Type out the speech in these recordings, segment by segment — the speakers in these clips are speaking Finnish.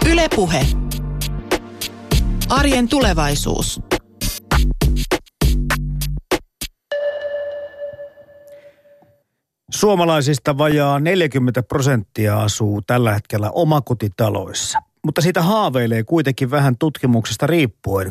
Yle Puhe. Arjen tulevaisuus. Suomalaisista vajaa 40% asuu tällä hetkellä omakotitaloissa. Mutta siitä haaveilee kuitenkin vähän tutkimuksesta riippuen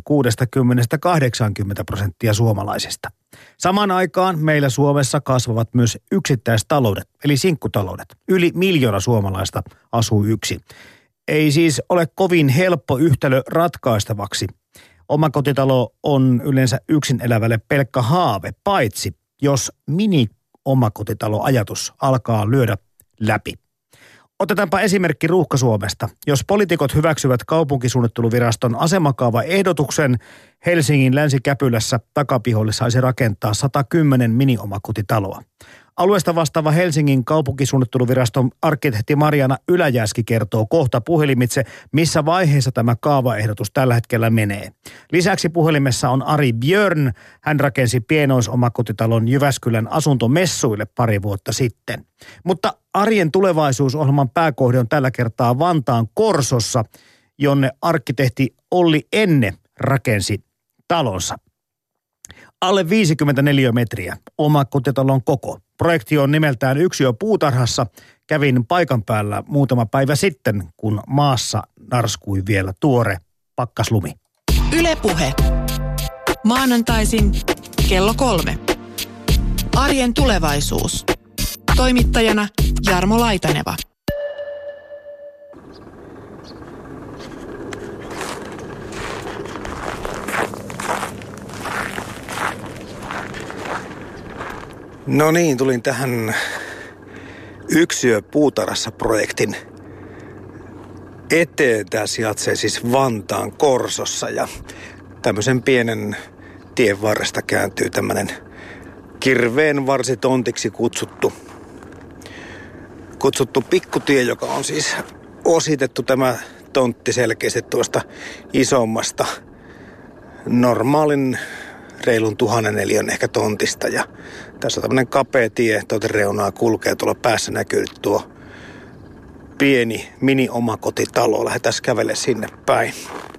60-80% suomalaisista. Samaan aikaan meillä Suomessa kasvavat myös yksittäistaloudet, eli sinkkutaloudet. Yli 1 miljoona suomalaista asuu yksin. Ei siis ole kovin helppo yhtälö ratkaistavaksi. Omakotitalo on yleensä yksin elävälle pelkkä haave, paitsi jos mini-omakotitaloajatus alkaa lyödä läpi. Otetaanpa esimerkki Ruuhka-Suomesta. Jos poliitikot hyväksyvät kaupunkisuunnitteluviraston asemakaavaehdotuksen, Helsingin Länsi-Käpylässä takapihoille saisi rakentaa 110 mini-omakotitaloa. Alueesta vastaava Helsingin kaupunkisuunnitteluviraston arkkitehti Marjaana Yläjäski kertoo kohta puhelimitse, missä vaiheessa tämä kaavaehdotus tällä hetkellä menee. Lisäksi puhelimessa on Ari Björn. Hän rakensi pienoisomakotitalon Jyväskylän asuntomessuille pari vuotta sitten. Mutta Arjen tulevaisuusohjelman pääkohde on tällä kertaa Vantaan Korsossa, jonne arkkitehti Olli Enne rakensi talonsa. Alle 54 metriä omakotitalon koko. Projekti on nimeltään Yksiö puutarhassa. Kävin paikan päällä muutama päivä sitten, kun maassa narskui vielä tuore pakkaslumi. Yle Puhe. Maanantaisin kello 3. Arjen tulevaisuus. Toimittajana Jarmo Laitaneva. No niin, tulin tähän Yksiö puutarhassa -projektin eteen. Tämä sijaitsee siis Vantaan Korsossa ja tämmöisen pienen tien varresta kääntyy tämmöinen kirveenvarsitontiksi kutsuttu pikkutie, joka on siis ositettu tämä tontti selkeästi tuosta isommasta normaalin reilun 1000 neliön ehkä tontista. Ja tässä on tämmöinen kapea tie, tuolta reunaa kulkee, tuolla päässä näkyy tuo pieni mini-omakotitalo. Lähdetään kävele sinne päin.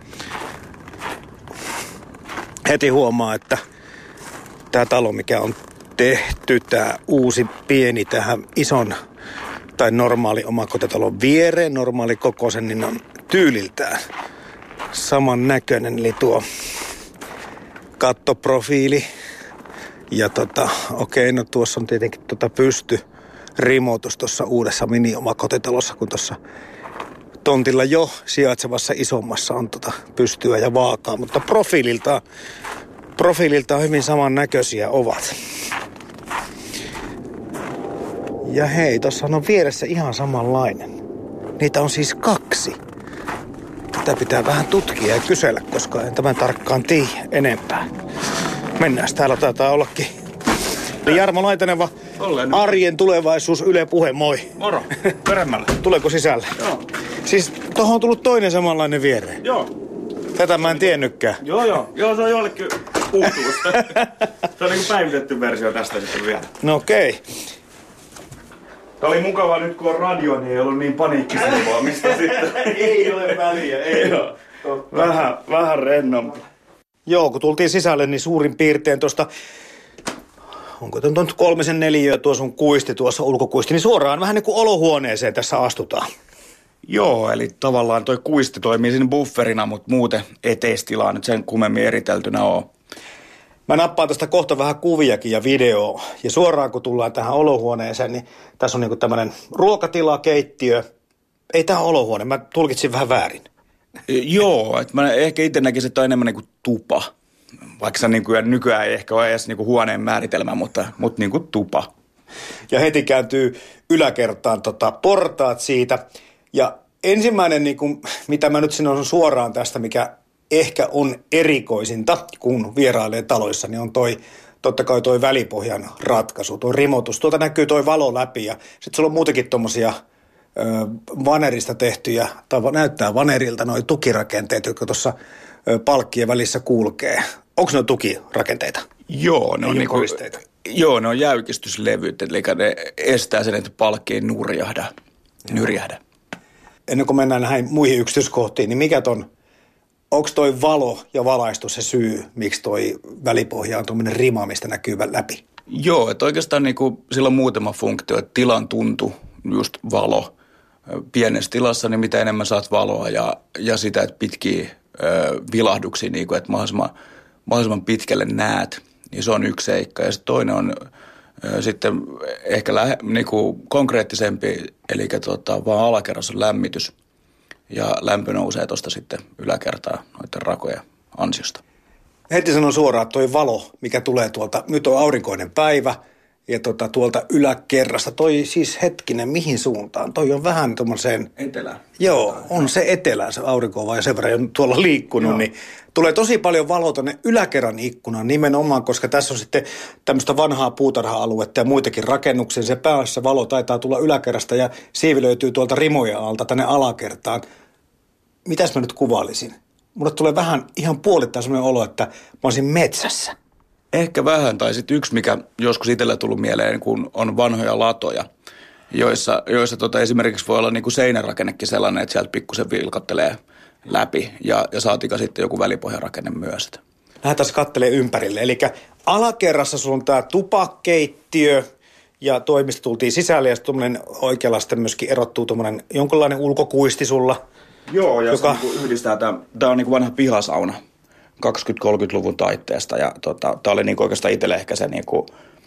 Heti huomaa, että tämä talo, mikä on tehty, tämä uusi pieni tähän ison tai normaali omakotitalon viereen, normaali kokoisen, niin on tyyliltään saman näköinen. Eli tuo kattoprofiili ja no tuossa on tietenkin pystyrimoitus tuossa uudessa mini-omakotitalossa, kun tuossa tontilla jo sijaitsevassa isommassa on pystyä ja vaakaa, mutta profiililtaan hyvin samannäköisiä ovat. Ja hei, tuossa on vieressä ihan samanlainen. Niitä on siis 2. Tätä pitää vähän tutkia ja kysellä, koska en tämän tarkkaan tiedä enempää. Mennään, täällä taitaa ollakin. Jarmo Laitaneva, Arjen tulevaisuus, Yle Puhe, moi. Moro, peremmälle. Tuleeko sisälle? Joo. Siis tohon on tullut toinen samanlainen viereen. Joo. Tätä mä en tiennytkään. Joo, se on jollekin puuttuvusta. Se on niin kuin päivitetty versio tästä sitten vielä. No okei. Tämä oli mukavaa nyt, kun on radio, niin ei ollut niin paniikkisilmoamista sitten. Ei ole väliä, ei ole. Vähän rennompi. Joo, kun tultiin sisälle, niin suurin piirtein tuosta, onko tuon 3 neliöä tuossa on kuisti, tuossa ulkokuisti, niin suoraan vähän niin kuin olohuoneeseen tässä astutaan. Joo, eli tavallaan toi kuisti toimii siinä bufferina, mutta muuten eteistilaa nyt sen kummemmin eriteltynä on. Mä nappaan tästä kohta vähän kuviakin ja videoa. Ja suoraan kun tullaan tähän olohuoneeseen, niin tässä on niinku tämmönen ruokatila, keittiö. Ei tää ole olohuone, mä tulkitsin vähän väärin. Joo, että mä ehkä itse näkisin, että on enemmän niinku tupa. Vaikka se niinku, nykyään ei ehkä ole edes niinku huoneen määritelmä, mutta niinku tupa. Ja heti kääntyy yläkertaan portaat siitä. Ja ensimmäinen, niinku, mitä mä nyt sanon suoraan tästä, mikä ehkä on erikoisinta, kun vierailee taloissa, niin on totta kai toi välipohjan ratkaisu, tuo rimotus. Tuolta näkyy toi valo läpi ja sitten sulla on muutenkin tommosia vanerista tehtyjä, tai näyttää vanerilta noi tukirakenteet, jotka tuossa palkkien välissä kulkee. Onko ne tukirakenteita? Joo, ne on ne on jäykistyslevyt, eli ne estää sen, että palkki ei nyrjähdä. ennen kuin mennään näihin muihin yksityiskohtiin, niin onko toi valo ja valaistus se syy, miksi toi välipohja on tuommoinen rima, mistä näkyy läpi? Joo, että oikeastaan niinku, sillä on muutama funktio, että tilan tuntu, just valo. Pienessä tilassa, niin mitä enemmän saat valoa ja sitä, että pitkiä vilahduksia, niinku, että mahdollisimman pitkälle näet, niin se on yksi seikka. Ja sitten toinen on sitten ehkä niinku konkreettisempi, eli vaan alakerrassa on lämmitys ja lämpö nousee tuosta sitten yläkertaa noiden rakojen ansiosta. Heti sanon suoraan, että toi valo, mikä tulee tuolta, nyt on aurinkoinen päivä ja tuolta yläkerrasta, toi siis hetkinen, mihin suuntaan? Toi on vähän tuommoiseen... Etelään. Joo, on se etelään, se aurinko on vaan sen verran tuolla liikkunut, niin tulee tosi paljon valoa tuonne yläkerran ikkunaan nimenomaan, koska tässä on sitten tämmöistä vanhaa puutarha-aluetta ja muitakin rakennuksia. Se päässä valo taitaa tulla yläkerrasta ja siivi löytyy tuolta rimojen alta tänne alakertaan. Mitäs mä nyt kuvailisin? Mulle tulee vähän ihan puolittain semmoinen olo, että mä olisin metsässä. Ehkä vähän, tai sitten yksi, mikä joskus itselle tullut mieleen, kun on vanhoja latoja, joissa esimerkiksi voi olla niinku seinärakennekin sellainen, että sieltä pikkusen vilkottelee läpi ja saatika sitten joku välipohjarakenne myös. Lähdetään katselemaan ympärille. Eli alakerrassa sulla on tämä tupakeittiö ja toimisto tultiin sisälle ja sitten oikealla sitten myöskin erottuu tuommoinen jonkinlainen ulkokuisti sulla. Joo, ja joka... se niinku yhdistää, tämä on niinku vanha pihasauna 20-30-luvun taitteesta ja tämä oli niinku oikeastaan itselle ehkä se niinku,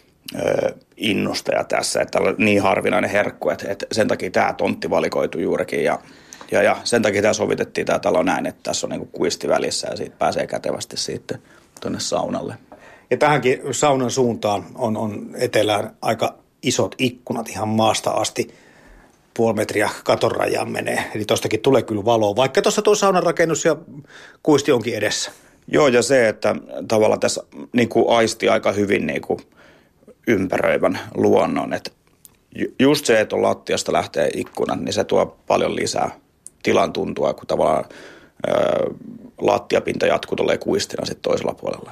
innostaja tässä, että tämä oli niin harvinainen herkku, että sen takia tämä tontti valikoitu juurikin ja sen takia tämä sovitettiin tämä talo näin, että tässä on niinku kuisti välissä ja siitä pääsee kätevästi sitten tuonne saunalle. Ja tähänkin saunan suuntaan on etelään aika isot ikkunat ihan maasta asti. 0,5 metriä katon rajaan menee. Eli tostakin tulee kyllä valoa, vaikka tuossa tuo saunan rakennus ja kuisti onkin edessä. Joo, ja se, että tavallaan tässä niinku aisti aika hyvin niinku ympäröivän luonnon. Että just se, että on lattiasta lähtee ikkunat, niin se tuo paljon lisää tilan tuntua, kun tavallaan lattiapinta jatkuu tolleen kuistina sitten toisella puolella.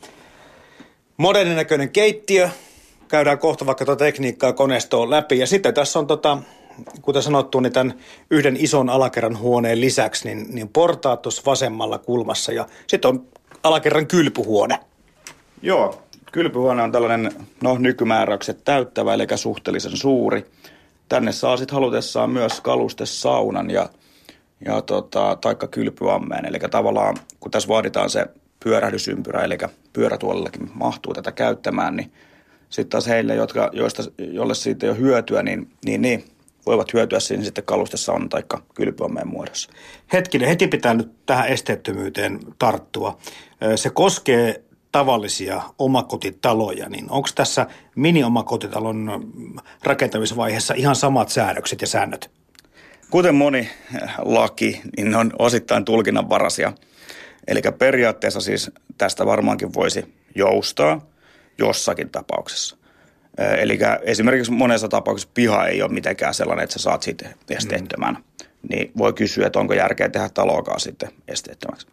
Modernin näköinen keittiö. Käydään kohta vaikka tuota tekniikkaa koneistoon läpi. Ja sitten tässä on kuten sanottu, niin tämän yhden ison alakerran huoneen lisäksi, niin portaat tuossa vasemmalla kulmassa ja sitten on alakerran kylpyhuone. Joo, kylpyhuone on tällainen nykymääräykset täyttävä, eli suhteellisen suuri. Tänne saa sitten halutessaan myös kalustesaunan taikka kylpyammeen, eli tavallaan kun tässä vaaditaan se pyörähdysympyrä, eli pyörätuolillakin mahtuu tätä käyttämään, niin sitten taas heille, jolle siitä ei ole hyötyä, niin voivat hyötyä siinä sitten kalustesaunan tai kylpyammeen muodossa. Hetkinen, heti pitää nyt tähän esteettömyyteen tarttua. Se koskee tavallisia omakotitaloja, niin onko tässä mini-omakotitalon rakentamisvaiheessa ihan samat säädökset ja säännöt? Kuten moni laki, niin ne on osittain tulkinnanvaraisia. Eli periaatteessa siis tästä varmaankin voisi joustaa jossakin tapauksessa. Eli esimerkiksi monessa tapauksessa piha ei ole mitenkään sellainen, että sä saat siitä esteettömän. Niin voi kysyä, että onko järkeä tehdä taloakaan sitten esteettömäksi.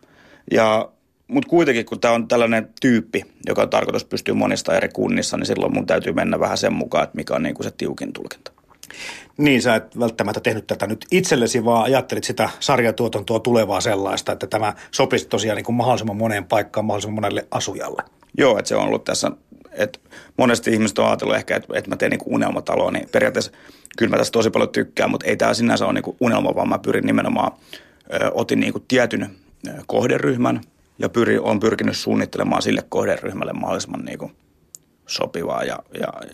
Mutta kuitenkin, kun tämä on tällainen tyyppi, joka on tarkoitus pystyä monista eri kunnissa, niin silloin mun täytyy mennä vähän sen mukaan, että mikä on niin kuin se tiukin tulkinta. Niin, sä et välttämättä tehnyt tätä nyt itsellesi, vaan ajattelit sitä sarjatuotantoa tulevaa sellaista, että tämä sopisi tosiaan niin kuin mahdollisimman moneen paikkaan, mahdollisimman monelle asujalle. Joo, että se on ollut tässä, että monesti ihmiset on ajatellut ehkä, että mä teen niin kuin unelmataloa, niin periaatteessa kyllä mä tässä tosi paljon tykkään, mutta ei tämä sinänsä ole niin kuin unelma, vaan mä pyrin nimenomaan, otin niin kuin tietyn kohderyhmän ja olen pyrkinyt suunnittelemaan sille kohderyhmälle mahdollisimman niin kuin sopivaa ja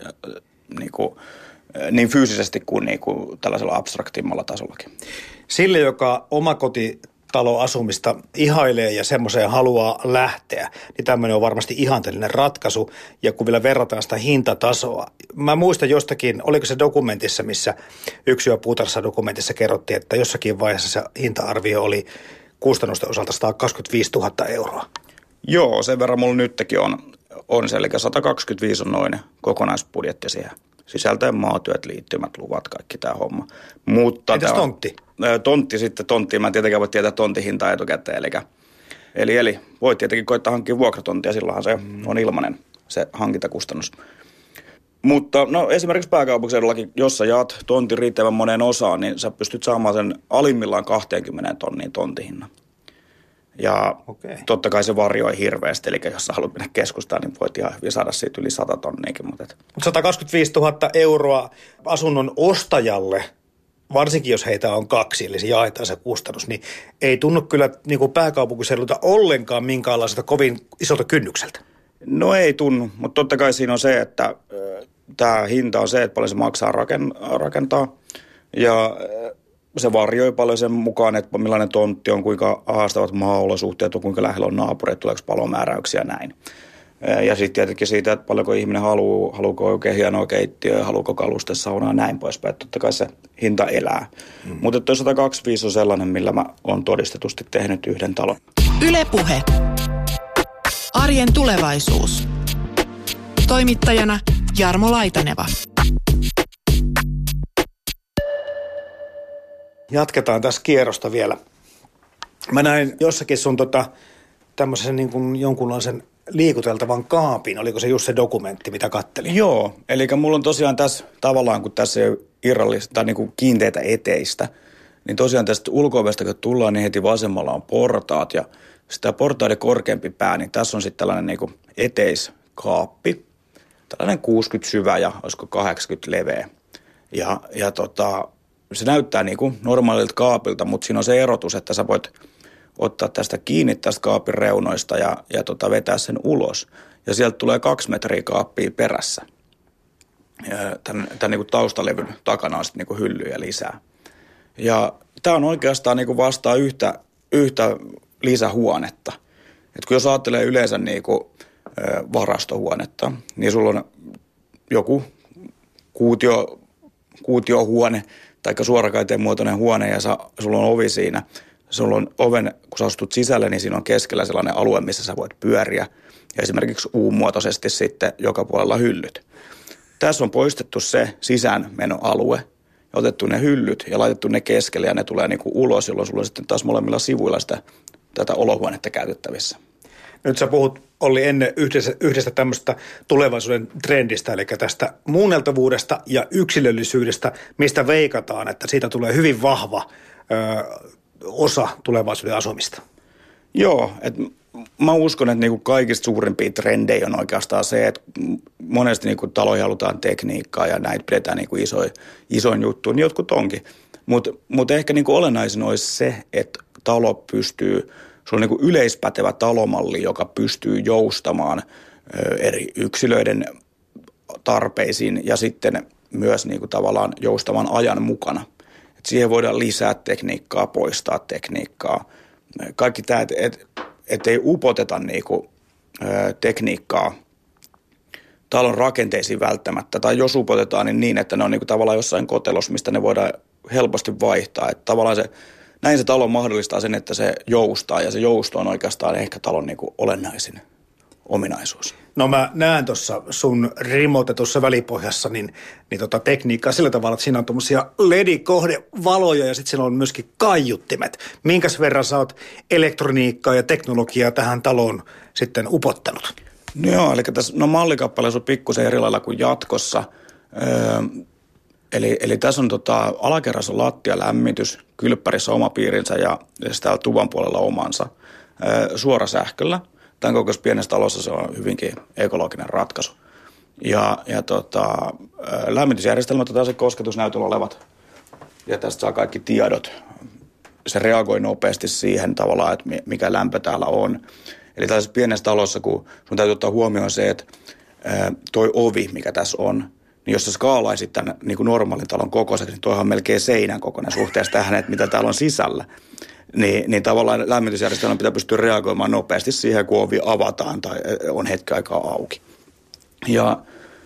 niin kuin niin fyysisesti kuin, tällaisella abstraktimmalla tasollakin. Sille, joka omakotitaloasumista ihailee ja semmoiseen haluaa lähteä, niin tämmöinen on varmasti ihanteellinen ratkaisu. Ja kun vielä verrataan sitä hintatasoa. Mä muistan jostakin, oliko se dokumentissa, missä Yksi yö puutarhassa dokumentissa kerrottiin, että jossakin vaiheessa se hinta-arvio oli kustannusten osalta 125 000 euroa. Joo, sen verran mulla nytkin on se, eli 125 on noin kokonaisbudjetti siihen. Sisältäen maatyöt, liittymät, luvat, kaikki tämä homma. Mutta entäs tontti? Tontti. Mä en tietenkään voi tietää tontin hintaa etukäteen. Eli voit tietenkin koittaa hankkia vuokratontia, silloinhan se on ilmainen se hankintakustannus. Mutta no esimerkiksi pääkaupunkiseudullakin, jos sä jaat tontin riittävän moneen osaan, niin sä pystyt saamaan sen alimmillaan 20 tonniin tontihinnan. Ja totta kai se varioi hirveästi, eli jos sä haluat mennä keskustaan, niin voit ihan hyvin saada siitä yli 100 tonniakin. Mutta 125 000 euroa asunnon ostajalle, varsinkin jos heitä on 2, eli se jaetaan se kustannus, niin ei tunnu kyllä niin kuin pääkaupunkiseudulta ollenkaan minkäänlaiselta kovin isolta kynnykseltä. No ei tunnu, mutta totta kai siinä on se, että tämä hinta on se, että paljon se maksaa rakentaa. Ja se varioi paljon sen mukaan, että millainen tontti on, kuinka haastavat maa-olosuhteet on, kuinka lähellä on naapureita, tuleeko palomääräyksiä ja näin. Ja sitten tietenkin siitä, että paljonko ihminen haluuko oikein hienoa keittiöä, haluuko kalustesaunaa ja näin poispäin. Totta kai se hinta elää. Mutta tuo 125 on sellainen, millä mä oon todistetusti tehnyt yhden talon. Yle Puhe. Arjen tulevaisuus. Toimittajana Jarmo Laitaneva. Jatketaan tässä kierrosta vielä. Mä näin jossakin sun tämmöisen niin kuin jonkunlaisen liikuteltavan kaapin. Oliko se just se dokumentti, mitä kattelin? Joo, eli mulla on tosiaan tässä tavallaan, kun tässä ei ole irrallista tai niin kuin kiinteitä eteistä, niin tosiaan tästä ulko-ovesta, kun tullaan, niin heti vasemmalla on portaat ja sitä portaiden korkeampi pää, niin tässä on sitten tällainen niin kuin eteiskaappi, tällainen 60 syvä ja olisiko 80 leveä. Ja se näyttää niin kuin normaalilta kaapilta, mutta siinä on se erotus, että sä voit ottaa tästä kiinni tästä kaapin reunoista ja vetää sen ulos. Ja sieltä tulee 2 metriä kaappia perässä. Tämän niin kuin taustalevyn takana on sitten niin kuin hyllyjä lisää. Ja tämä on oikeastaan niin kuin vastaa yhtä lisähuonetta. Et kun jos ajattelee yleensä niin kuin varastohuonetta, niin sulla on joku kuutiohuone tai suorakaiteen muotoinen huone ja sulla on ovi siinä. Sulla on oven, kun sä astut sisälle, niin siinä on keskellä sellainen alue, missä sä voit pyöriä. Ja esimerkiksi U-muotoisesti sitten joka puolella hyllyt. Tässä on poistettu se sisäänmenoalue ja otettu ne hyllyt ja laitettu ne keskelle ja ne tulee niin kuin ulos, jolloin sulla on sitten taas molemmilla sivuilla tätä olohuonetta käytettävissä. Nyt sä puhut, Olli, ennen yhdestä tämmöistä tulevaisuuden trendistä, eli tästä muunneltavuudesta ja yksilöllisyydestä, mistä veikataan, että siitä tulee hyvin vahva osa tulevaisuuden asumista. Joo, että mä uskon, että niinku kaikista suurimpia trendejä on oikeastaan se, että monesti niinku taloja halutaan tekniikkaa ja näitä pidetään niinku isoin juttu, niin jotkut onkin. Mutta ehkä niinku olennaisin olisi se, että talo pystyy, se on niinku yleispätevä talomalli, joka pystyy joustamaan eri yksilöiden tarpeisiin ja sitten myös niinku tavallaan joustamaan ajan mukana. Et siihen voidaan lisää tekniikkaa, poistaa tekniikkaa. Kaikki tämä, että ei upoteta niinku, tekniikkaa talon rakenteisiin välttämättä. Tai jos upotetaan, niin että ne on niinku tavallaan jossain kotelossa, mistä ne voidaan helposti vaihtaa. Että tavallaan näin se talo mahdollistaa sen, että se joustaa. Ja se jousto on oikeastaan ehkä talon niinku olennaisin ominaisuus. No mä näen tuossa sun rimotetussa välipohjassa niin tekniikkaa sillä tavalla, että siinä on tuommoisia LED-kohdevaloja ja sitten siinä on myöskin kaiuttimet. Minkäs verran sä oot elektroniikkaa ja teknologiaa tähän taloon sitten upottanut? No joo, eli tässä mallikappaleessa on pikkusen eri lailla kuin jatkossa. Eli tässä on alakerrassa on lattialämmitys, kylppärissä oma piirinsä ja täällä tuvan puolella omansa suorasähköllä. Tämän kokoisessa pienessä talossa se on hyvinkin ekologinen ratkaisu. Ja lämmitysjärjestelmät on se kosketusnäytöllä olevat. Ja tästä saa kaikki tiedot. Se reagoi nopeasti siihen tavallaan, että mikä lämpö täällä on. Eli tällaisessa pienessä talossa, kun sun täytyy ottaa huomioon se, että toi ovi, mikä tässä on, niin jos sä skaalaisit tämän niin kuin normaalin talon kokoiseksi, niin toihan on melkein seinän kokoinen suhteessa tähän, että mitä täällä on sisällä. Niin tavallaan lämmitysjärjestelmän pitää pystyä reagoimaan nopeasti siihen, kun ovi avataan tai on hetken aikaa auki. Ja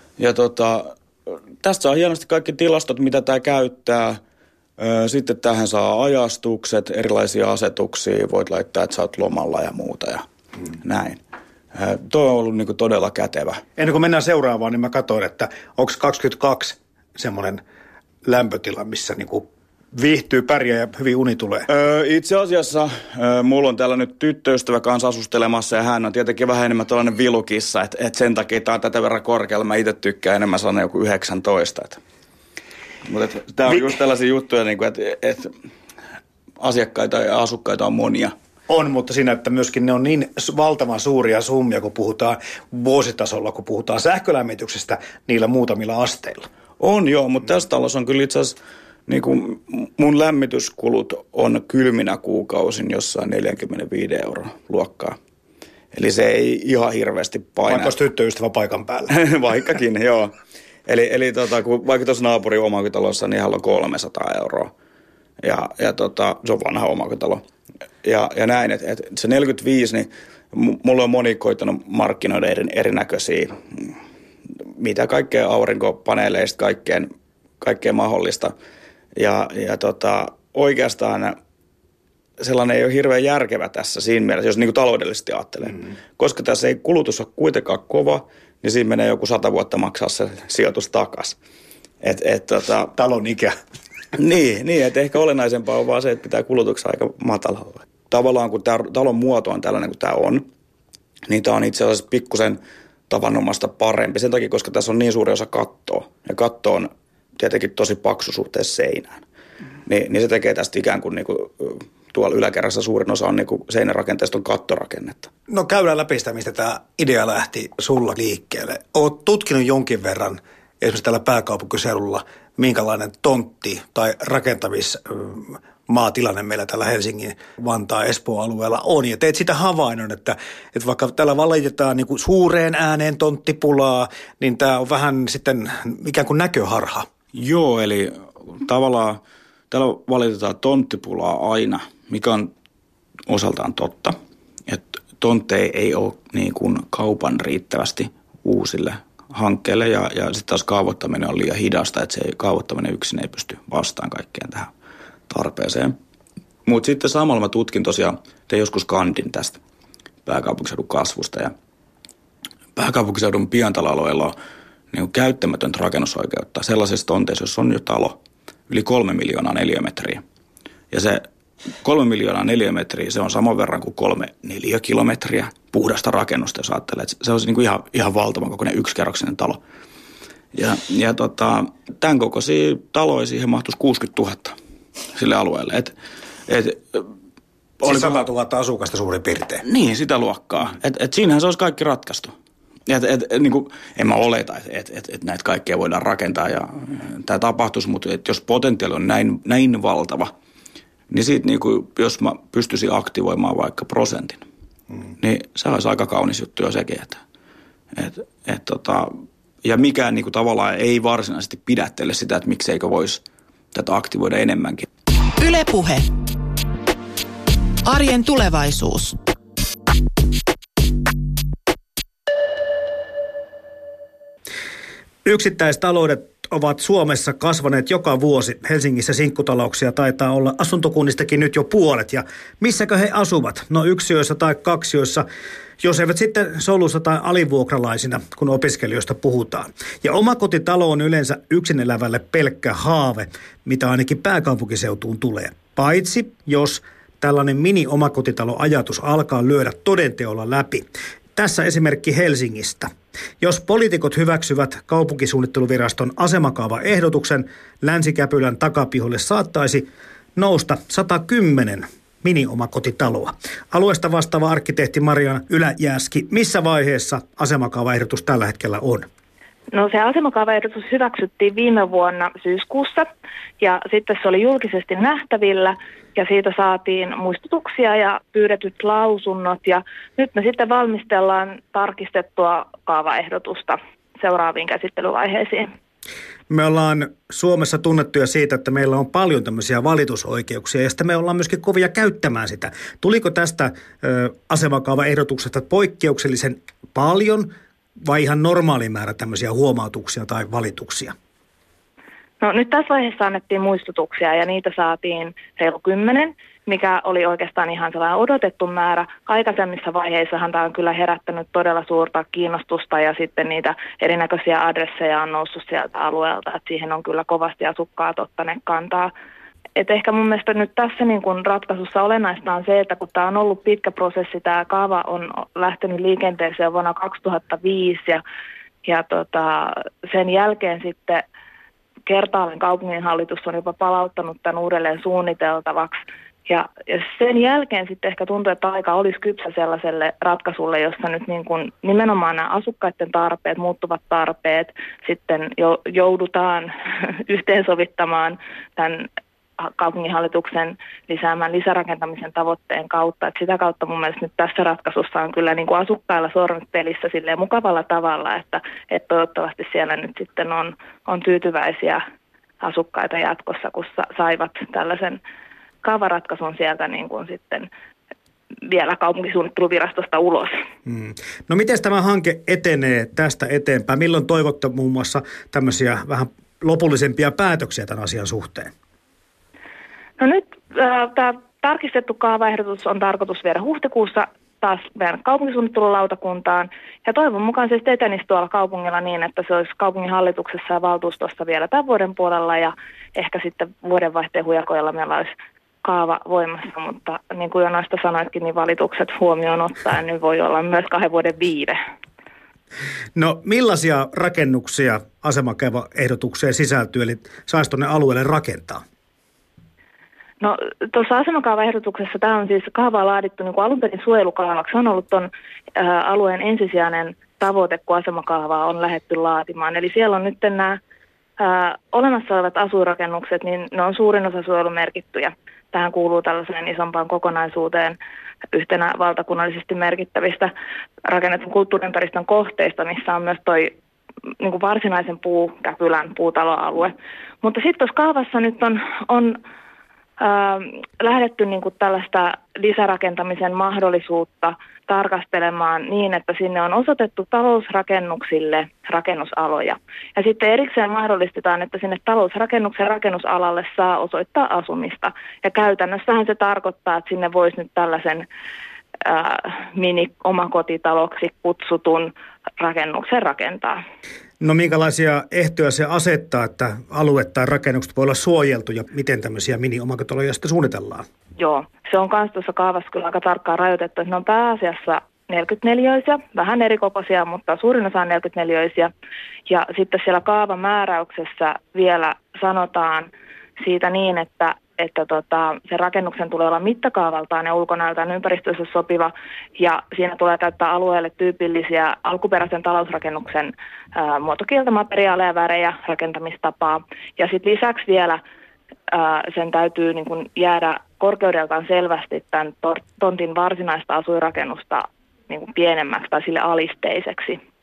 tästä saa hienosti kaikki tilastot, mitä tämä käyttää. Sitten tähän saa ajastukset, erilaisia asetuksia. Voit laittaa, että sä oot lomalla ja muuta ja näin. Tuo on ollut niinku todella kätevä. Ennen kuin mennään seuraavaan, niin mä katsoin, että onko 22 semmoinen lämpötila, missä niinku viihtyy, pärjää ja hyvin uni tulee? Itse asiassa mulla on täällä nyt tyttöystävä kanssa asustelemassa ja hän on tietenkin vähän enemmän tällainen vilukissa, että sen takia tää on tätä verran korkealla. Mä itse tykkään enemmän sanoa joku 19. Mutta tää on just tällaisia juttuja, niin että asiakkaita ja asukkaita on monia. On, mutta siinä, että myöskin ne on niin valtavan suuria summia, kun puhutaan vuositasolla, kun puhutaan sähkölämmityksestä niillä muutamilla asteilla. On joo, mutta tässä talossa on kyllä itse asiassa, niin kuin mun lämmityskulut on kylminä kuukausin jossain 45 € luokkaa. Eli se ei ihan hirveästi paina. Vaikka olisi tyttöystävä paikan päällä. Vaikkakin, joo. Eli kun vaikka tuossa naapurin omakotitalossa, niin hän on 300 €. Ja se on vanha omakotitalo. Ja näin, että se 45, niin mulla on moni koittanut markkinoida erinäköisiä, mitä kaikkea aurinkopaneeleista, kaikkea mahdollista. Ja oikeastaan sellainen ei ole hirveän järkevä tässä siinä mielessä, jos niin kuin taloudellisesti ajattelee. Koska tässä ei kulutus ole kuitenkaan kova, niin siinä menee joku 100 vuotta maksaa se sijoitus takaisin. Talon ikä. Niin, että ehkä olennaisempaa on vaan se, että pitää kulutuksen aika matalalla. Tavallaan kun tämä talon muoto on tällainen kuin tämä on, niin tämä on itse asiassa pikkusen tavanomaista parempi. Sen takia, koska tässä on niin suuri osa kattoa. Ja katto on tietenkin tosi paksu suhteessa seinään. Niin se tekee tästä ikään kuin niinku, tuolla yläkerrassa suurin osa on niinku seinärakenteesta on kattorakennetta. No käydään läpi sitä, mistä tämä idea lähti sulla liikkeelle. Olet tutkinut jonkin verran esimerkiksi täällä pääkaupunkiseudulla, minkälainen tontti tai rakentamismaatilanne meillä täällä Helsingin, Vantaan, Espoon alueella on. Ja teet sitä havainnon, että vaikka täällä valitetaan niin kuin suureen ääneen tonttipulaa, niin tämä on vähän sitten ikään kuin näköharha. Joo, eli tavallaan täällä valitetaan tonttipulaa aina, mikä on osaltaan totta. Että tontteja ei ole niin kuin kaupan riittävästi uusille hankkeelle ja sitten taas kaavoittaminen on liian hidasta, että se kaavoittaminen yksin ei pysty vastaan kaikkeen tähän tarpeeseen. Mutta sitten samalla mä tutkin tosiaan, tein joskus kandin tästä pääkaupunkiseudun kasvusta ja pääkaupunkiseudun pientaloalueilla on niin käyttämätöntä rakennusoikeutta sellaisessa tonteissa, jossa on jo talo yli 3 miljoonaa neliömetriä. Ja se 3 miljoonaa neliömetriä, se on saman verran kuin 3 neliökilometriä puhdasta rakennusta, jos ajattelee. Että se on niin kuin ihan valtavan kokoinen yksikerroksinen talo. Ja tämän kokoisia taloja siihen mahtuisi 60 000 sille alueelle. Siis 100 000 asukasta suurin piirtein. Niin, sitä luokkaa. Siinähän se olisi kaikki ratkaistu. Niin kuin, en mä oleta, että näitä kaikkea voidaan rakentaa ja tämä tapahtuisi, mutta jos potentiaali on näin valtava, niin siitä niin kuin, jos mä pystyisin aktivoimaan vaikka prosentin, niin se olisi aika kaunis juttu jo sekin. Ja mikään niin kuin, tavallaan ei varsinaisesti pidättele sitä, että mikseikö voisi tätä aktivoida enemmänkin. Yle Puhe. Arjen tulevaisuus. Yksittäistaloudet ovat Suomessa kasvaneet joka vuosi. Helsingissä sinkkutalouksia taitaa olla asuntokunnistakin nyt jo puolet. Ja missäkö he asuvat? No yksiöissä tai kaksioissa, jos eivät sitten solussa tai alivuokralaisina, kun opiskelijoista puhutaan. Ja omakotitalo on yleensä yksin elävälle pelkkä haave, mitä ainakin pääkaupunkiseutuun tulee. Paitsi jos tällainen mini-omakotitalo-ajatus alkaa lyödä todenteolla läpi. Tässä esimerkki Helsingistä. Jos poliitikot hyväksyvät kaupunkisuunnitteluviraston asemakaavaehdotuksen, Länsikäpylän takapiholle saattaisi nousta 110 mini-omakotitaloa. Alueesta vastaava arkkitehti Mariana Yläjääski, missä vaiheessa asemakaavaehdotus tällä hetkellä on? No se asemakaavaehdotus hyväksyttiin viime vuonna syyskuussa ja sitten se oli julkisesti nähtävillä ja siitä saatiin muistutuksia ja pyydetyt lausunnot ja nyt me sitten valmistellaan tarkistettua kaavaehdotusta seuraaviin käsittelyvaiheisiin. Me ollaan Suomessa tunnettuja siitä, että meillä on paljon tämmöisiä valitusoikeuksia ja sitten me ollaan myöskin kovia käyttämään sitä. Tuliko tästä asemakaavaehdotuksesta poikkeuksellisen paljon vai ihan normaali määrä tämmöisiä huomautuksia tai valituksia? No nyt tässä vaiheessa annettiin muistutuksia ja niitä saatiin reilu 10, mikä oli oikeastaan ihan sellainen odotettu määrä. Aikaisemmissa vaiheissahan tämä on kyllä herättänyt todella suurta kiinnostusta ja sitten niitä erinäköisiä adresseja on noussut sieltä alueelta, että siihen on kyllä kovasti asukkaat ottaneet kantaa. ehkä mun mielestä nyt tässä niin kun ratkaisussa olennaista on se, että kun tämä on ollut pitkä prosessi, tämä kaava on lähtenyt liikenteeseen vuonna 2005 ja sen jälkeen sitten kertaalleen kaupunginhallitus on jopa palauttanut tämän uudelleen suunniteltavaksi. Ja sen jälkeen sitten ehkä tuntuu, että aika olisi kypsä sellaiselle ratkaisulle, jossa nyt niin kuin nimenomaan nämä asukkaiden tarpeet, muuttuvat tarpeet, sitten joudutaan yhteensovittamaan tämän kaupunginhallituksen lisäämään lisärakentamisen tavoitteen kautta. Että sitä kautta mun mielestä nyt tässä ratkaisussa on kyllä niin kuin asukkailla sormet pelissä silleen mukavalla tavalla, että toivottavasti siellä nyt sitten on tyytyväisiä asukkaita jatkossa, kun saivat tällaisen kaavaratkaisun sieltä niin kuin sitten vielä kaupunkisuunnitteluvirastosta ulos. No miten tämä hanke etenee tästä eteenpäin? Milloin toivotte muun muassa tämmöisiä vähän lopullisempia päätöksiä tämän asian suhteen? No nyt tämä tarkistettu kaavaehdotus on tarkoitus viedä huhtikuussa taas meidän kaupunkisuunnittelulautakuntaan. Ja toivon mukaan se sitten etenisi tuolla kaupungilla niin, että se olisi kaupunginhallituksessa ja valtuustossa vielä tämän vuoden puolella ja ehkä sitten vuodenvaihteen hujakoilla meillä olisi kaava voimassa, mutta niin kuin jo noista sanoitkin, niin valitukset huomioon ottaen niin voi olla myös 2 vuoden viive. No millaisia rakennuksia asemakaavaehdotukseen sisältyy, eli saisi tuonne alueelle rakentaa? No tuossa asemakaavaehdotuksessa tämä on siis kaavaa laadittu niin kuin alun perin suojelukaavaksi. On ollut tuon alueen ensisijainen tavoite, kun asemakaavaa on lähdetty laatimaan. Eli siellä on nyt nämä olemassa olevat asuinrakennukset, niin ne on suurin osa suojelumerkittyjä. Tähän kuuluu tällaiseen isompaan kokonaisuuteen yhtenä valtakunnallisesti merkittävistä rakennetun kulttuuriympäristön kohteista, missä on myös toi niin kuin varsinaisen puukäpylän puutaloalue. Mutta sitten tuossa kaavassa nyt on lähdetty niin kuin tällaista lisärakentamisen mahdollisuutta tarkastelemaan niin, että sinne on osoitettu talousrakennuksille rakennusaloja. Ja sitten erikseen mahdollistetaan, että sinne talousrakennuksen rakennusalalle saa osoittaa asumista. Ja käytännössähän se tarkoittaa, että sinne voisi nyt tällaisen mini-omakotitaloksi kutsutun rakennuksen rakentaa. No minkälaisia ehtoja se asettaa, että alue tai rakennukset voi olla suojeltu ja miten tämmöisiä mini-omakotitaloja sitten suunnitellaan? Joo, se on myös tuossa kaavassa kyllä aika tarkkaan rajoitettu, että ne on pääasiassa 44-öisiä, vähän erikokoisia, mutta suurin osa on 44-öisiä. Ja sitten siellä kaavamääräyksessä vielä sanotaan siitä niin, että se rakennuksen tulee olla mittakaavaltaan ja ulkonäöltään ympäristössä sopiva ja siinä tulee käyttää alueelle tyypillisiä alkuperäisen talousrakennuksen muotokieltä, materiaaleja, värejä, rakentamistapaa. Ja sitten lisäksi vielä sen täytyy niin kun jäädä korkeudeltaan selvästi tämän tontin varsinaista asuinrakennusta niin kun pienemmäksi tai sille alisteiseksi.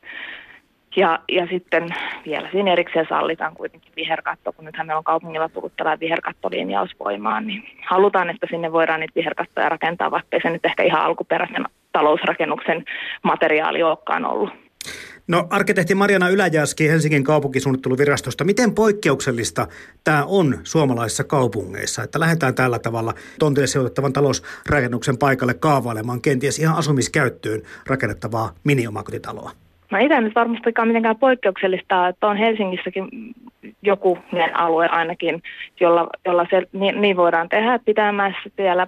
Ja sitten vielä siinä erikseen sallitaan kuitenkin viherkatto, kun nythän meillä on kaupungilla tullut tällainen viherkattolinjaus voimaan, niin halutaan, että sinne voidaan niitä viherkattoja rakentaa, vaikka ei se nyt ehkä ihan alkuperäisen talousrakennuksen materiaali olekaan ollut. No arkkitehti Marjana Yläjärski Helsingin kaupunkisuunnitteluvirastosta. Miten poikkeuksellista tämä on suomalaisissa kaupungeissa, että lähdetään tällä tavalla tontille sijoitettavan talousrakennuksen paikalle kaavailemaan kenties ihan asumiskäyttöön rakennettavaa mini-omakotitaloa? No ei tämä nyt varmastikaan mitenkään poikkeuksellista, että on Helsingissäkin joku alue ainakin, jolla se niin voidaan tehdä. Pitämässä siellä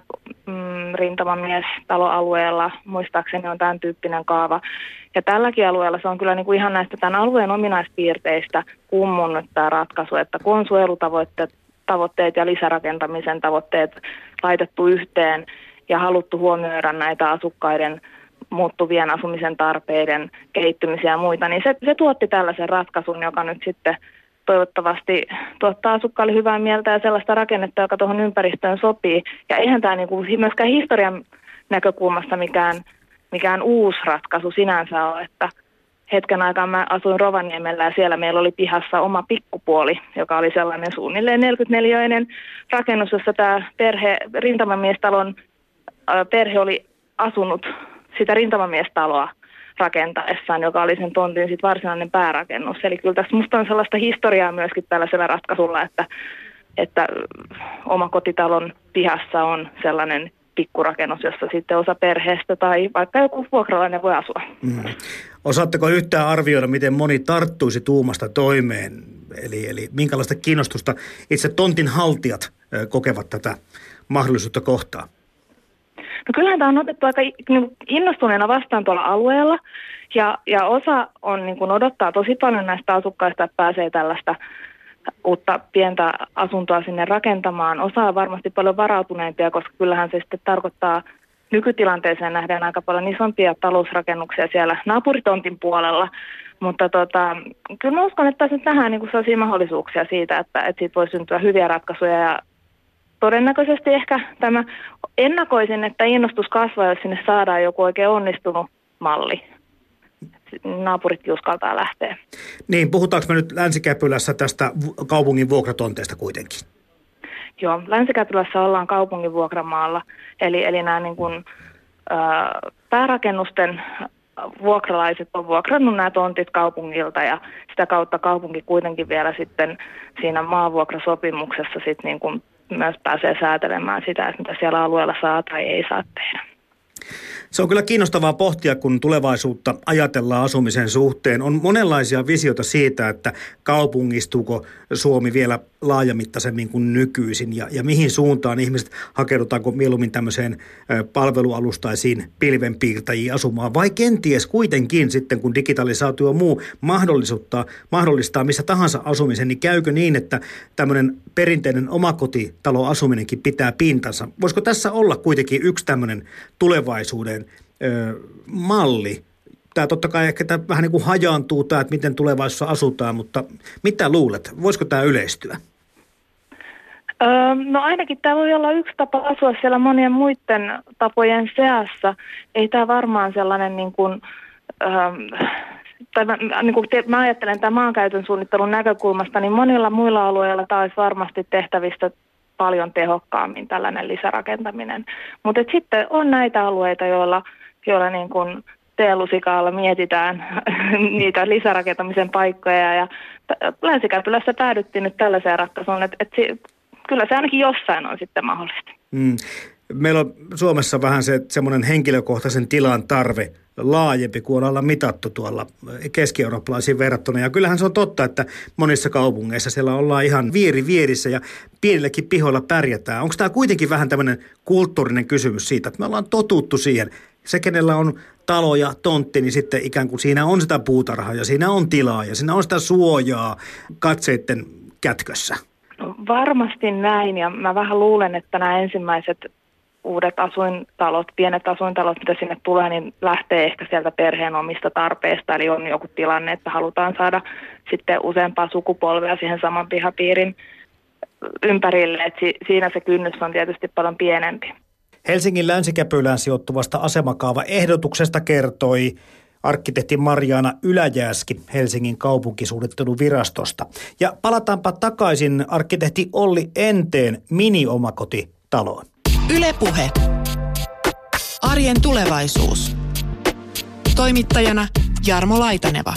rintamamiestaloalueella, muistaakseni on tämän tyyppinen kaava. Ja tälläkin alueella se on kyllä niin kuin ihan näistä tämän alueen ominaispiirteistä kummunnut tämä ratkaisu, että kun on suojelutavoitteet ja lisärakentamisen tavoitteet laitettu yhteen ja haluttu huomioida näitä asukkaiden muuttuvien asumisen tarpeiden kehittymisiä ja muita, niin se tuotti tällaisen ratkaisun, joka nyt sitten toivottavasti tuottaa asukkaille hyvää mieltä ja sellaista rakennetta, joka tuohon ympäristöön sopii. Ja eihän tämä niinku myöskään historian näkökulmasta mikään uusi ratkaisu sinänsä ole, että hetken aikaa mä asuin Rovaniemellä ja siellä meillä oli pihassa oma pikkupuoli, joka oli sellainen suunnilleen 44-öinen rakennus, jossa tämä rintamamiestalon perhe oli asunut sitä rintamamiestaloa rakentaessaan, joka oli sen tontin sit varsinainen päärakennus. Eli kyllä tässä musta on sellaista historiaa myöskin tällaisella ratkaisulla, että omakotitalon pihassa on sellainen pikkurakennus, jossa sitten osa perheestä tai vaikka joku vuokralainen voi asua. Osaatteko yhtään arvioida, miten moni tarttuisi tuumasta toimeen? Eli minkälaista kiinnostusta itse tontin haltijat kokevat tätä mahdollisuutta kohtaa? No kyllähän tämä on otettu aika innostuneena vastaan tuolla alueella ja osa on niin kuin odottaa tosi paljon näistä asukkaista, että pääsee tällaista uutta pientä asuntoa sinne rakentamaan. Osa on varmasti paljon varautuneempia, koska kyllähän se sitten tarkoittaa nykytilanteeseen nähden aika paljon isompia talousrakennuksia siellä naapuritontin puolella. Mutta kyllä mä uskon, että tässä nähdään niin sellaisia mahdollisuuksia siitä, että siitä voi syntyä hyviä ratkaisuja ja todennäköisesti ehkä ennakoisin, että innostus kasvaa, jos sinne saadaan joku oikein onnistunut malli. Naapuritkin uskaltaa lähteä. Niin, puhutaanko me nyt Länsi-Käpylässä tästä kaupungin vuokratonteesta kuitenkin? Joo, Länsi-Käpylässä ollaan kaupungin vuokramaalla, eli nämä niin kuin, päärakennusten vuokralaiset on vuokrannut nämä tontit kaupungilta ja sitä kautta kaupunki kuitenkin vielä sitten siinä maavuokrasopimuksessa sitten niin kuin myös pääsee säätelemään sitä, että mitä siellä alueella saa tai ei saa tehdä. Se on kyllä kiinnostavaa pohtia, kun tulevaisuutta ajatellaan asumisen suhteen. On monenlaisia visioita siitä, että kaupungistuuko Suomi vielä laajamittaisemmin kuin nykyisin ja mihin suuntaan ihmiset hakeudutaanko mieluummin tämmöiseen palvelualustaisiin pilvenpiirtäjiin asumaan vai kenties kuitenkin sitten, kun digitalisaatio muu mahdollistaa missä tahansa asumisen, niin käykö niin, että tämmöinen perinteinen omakotitaloasuminenkin pitää pintansa? Voisiko tässä olla kuitenkin yksi tämmöinen tulevaisuuden malli? Tämä totta kai ehkä tämä vähän niin kuin hajaantuu tämä, että miten tulevaisuudessa asutaan, mutta mitä luulet? Voisiko tämä yleistyä? No ainakin tämä voi olla yksi tapa asua siellä monien muiden tapojen seassa. Ei tämä varmaan sellainen niin kuin, mä ajattelen tämän maankäytön suunnittelun näkökulmasta, niin monilla muilla alueilla tämä olisi varmasti tehtävistä paljon tehokkaammin tällainen lisärakentaminen. Mutta sitten on näitä alueita, joilla niin kuin teelusikalla mietitään niitä lisärakentamisen paikkoja ja Länsi-Käpylässä päädyttiin nyt tällaiseen ratkaisuun, että kyllä se ainakin jossain on sitten mahdollista. Meillä on Suomessa vähän semmoinen henkilökohtaisen tilan tarve laajempi kuin ollaan mitattu tuolla keski-eurooppalaisiin verrattuna. Ja kyllähän se on totta, että monissa kaupungeissa siellä ollaan ihan vierissä ja pienilläkin pihoilla pärjätään. Onko tämä kuitenkin vähän tämmöinen kulttuurinen kysymys siitä, että me ollaan totuttu siihen. Se, kenellä on talo ja tontti, niin sitten ikään kuin siinä on sitä puutarhaa ja siinä on tilaa ja siinä on sitä suojaa katseitten kätkössä. No, varmasti näin ja mä vähän luulen, että nämä ensimmäiset uudet asuintalot, pienet asuintalot, mitä sinne tulee, niin lähtee ehkä sieltä perheen omista tarpeista. Eli on joku tilanne, että halutaan saada sitten useampaa sukupolvea siihen saman pihapiirin ympärille. Et siinä se kynnys on tietysti paljon pienempi. Helsingin Länsi-Käpylään sijoittuvasta asemakaavaehdotuksesta kertoi arkkitehti Marjaana Yläjääski Helsingin kaupunkisuunnitteluvirastosta. Ja palataanpa takaisin arkkitehti Olli Enteen mini-omakotitaloon. Yle Puhe. Arjen tulevaisuus. Toimittajana Jarmo Laitaneva.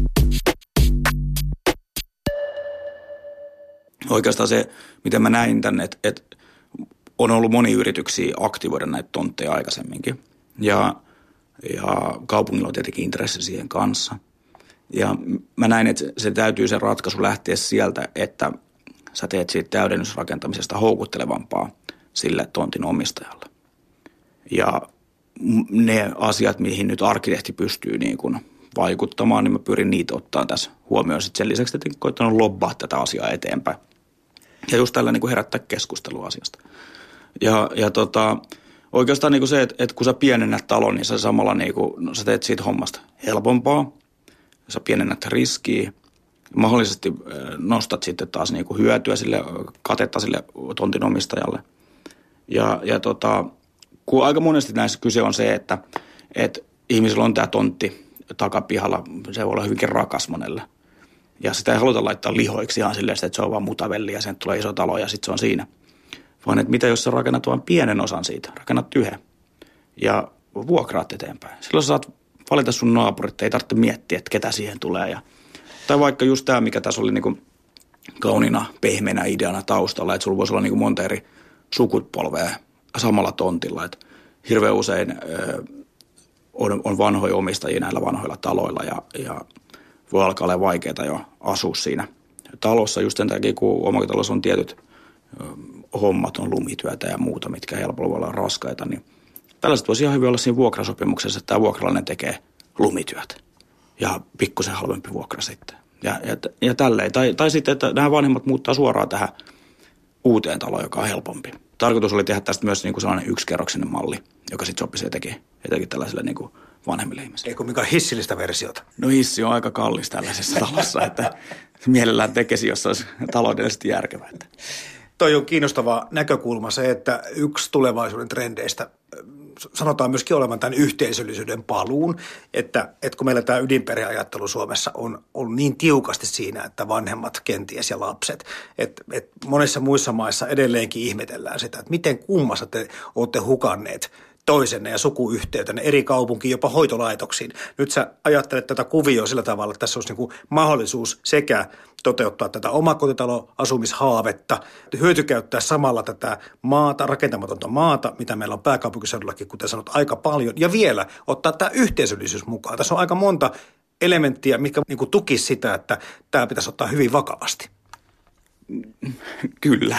Oikeastaan se, miten mä näin tänne, että on ollut monia yrityksiä aktivoida näitä tontteja aikaisemminkin. Ja kaupungilla on tietenkin intressi siihen kanssa. Ja mä näin, että se täytyy se ratkaisu lähteä sieltä, että sä teet siitä täydennysrakentamisesta houkuttelevampaa sille tontin omistajalle. Ja ne asiat, mihin nyt arkkitehti pystyy niin kuin vaikuttamaan, niin mä pyrin niitä ottaa tässä huomioon. Sitten sen lisäksi tietenkin koittanut lobbaa tätä asiaa eteenpäin. Ja just tällä niin kuin herättää keskustelua asiasta. Ja oikeastaan niin kuin se, että kun sä pienennät talon, niin sä samalla niin kuin, sä teet siitä hommasta helpompaa. Sä pienennät riskiä. Mahdollisesti nostat sitten taas niin kuin hyötyä katetta sille tontin omistajalle. Ja kun aika monesti näissä kyse on se, että ihmisillä on tämä tontti takapihalla, se voi olla hyvinkin rakas monelle. Ja sitä ei haluta laittaa lihoiksi ihan silleen, että se on vaan mutavelli ja sen tulee iso talo ja sitten se on siinä. Vaan että mitä jos sä rakennat vain pienen osan siitä, rakennat yhden ja vuokraat eteenpäin. Silloin sä saat valita sun naapurit, ei tarvitse miettiä, että ketä siihen tulee. Tai vaikka just tämä, mikä tässä oli niinku kauniina, pehmeänä ideana taustalla, että sulla voisi olla niinku monta eri sukupolvea samalla tontilla. Että hirveän usein on vanhoja omistajia näillä vanhoilla taloilla ja voi alkaa olla vaikeaa jo asua siinä talossa. Just sen takia, kun omakotitalossa on tietyt hommat on lumityötä ja muuta, mitkä helpolla voi olla raskaita, niin tällaiset voisi ihan hyvin olla siinä vuokrasopimuksessa, että tämä vuokralainen tekee lumityöt ja pikkusen halvempi vuokra sitten. Ja tälleen. Tai sitten, että nämä vanhemmat muuttaa suoraan tähän uuteen taloon, joka on helpompi. Tarkoitus oli tehdä tästä myös niin kuin sellainen yksikerroksinen malli, joka sitten sopisi etenkin tällaisille niin kuin vanhemmille ihmisille. Eikö mikä hissillistä versiota? No hissi on aika kallis tällaisessa talossa, että mielellään tekisi, jos olisi taloudellisesti järkevää. Toi on kiinnostava näkökulma se, että yksi tulevaisuuden trendeistä sanotaan myöskin olevan tämän yhteisöllisyyden paluun, että kun meillä tämä ydinperheajattelu Suomessa on niin tiukasti siinä, että vanhemmat kenties ja lapset, että monissa muissa maissa edelleenkin ihmetellään sitä, että miten kummassa te olette hukanneet toisenne ja sukuyhteytenne eri kaupunkiin, jopa hoitolaitoksiin. Nyt sä ajattelet tätä kuvioa sillä tavalla, että tässä olisi niin kuin mahdollisuus sekä toteuttaa tätä omakotitaloasumishaavetta, hyötykäyttää samalla tätä maata, rakentamatonta maata, mitä meillä on pääkaupunkiseudullakin, kuten sanot, aika paljon, ja vielä ottaa tämä yhteisöllisyys mukaan. Tässä on aika monta elementtiä, mitkä niin kuin tukisi sitä, että tämä pitäisi ottaa hyvin vakavasti. Kyllä.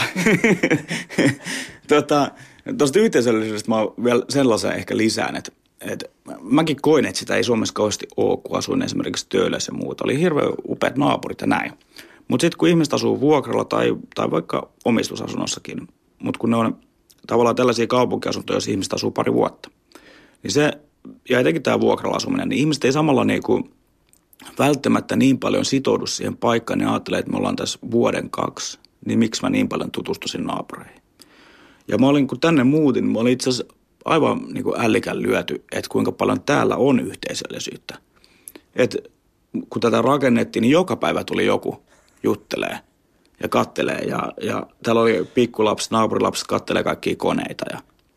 Tuosta yhteisöllisyydestä mä vielä sellaisen ehkä lisään, että mäkin koin, että sitä ei Suomessa kauheasti ole, kun asuin esimerkiksi Töölössä ja muuta. Oli hirveän upeat naapurit ja näin. Mutta sitten kun ihmiset asuu vuokralla tai vaikka omistusasunnossakin, mutta kun ne on tavallaan tällaisia kaupunkiasuntoja, jos ihmiset asuu pari vuotta, niin se, ja etenkin tämä vuokralla asuminen, niin ihmiset ei samalla niinku välttämättä niin paljon sitoudu siihen paikkaan, niin ajattelee, että me ollaan tässä vuoden 2, niin miksi mä niin paljon tutustuisin naapureihin. Ja mä olin, kun tänne muutin, mä olin itse asiassa aivan niin kuin ällikän lyöty, että kuinka paljon täällä on yhteisöllisyyttä. Että kun tätä rakennettiin, niin joka päivä tuli joku juttelee ja kattelee. Ja täällä oli pikkulapset, naapurilapset kattelee kaikkia koneita.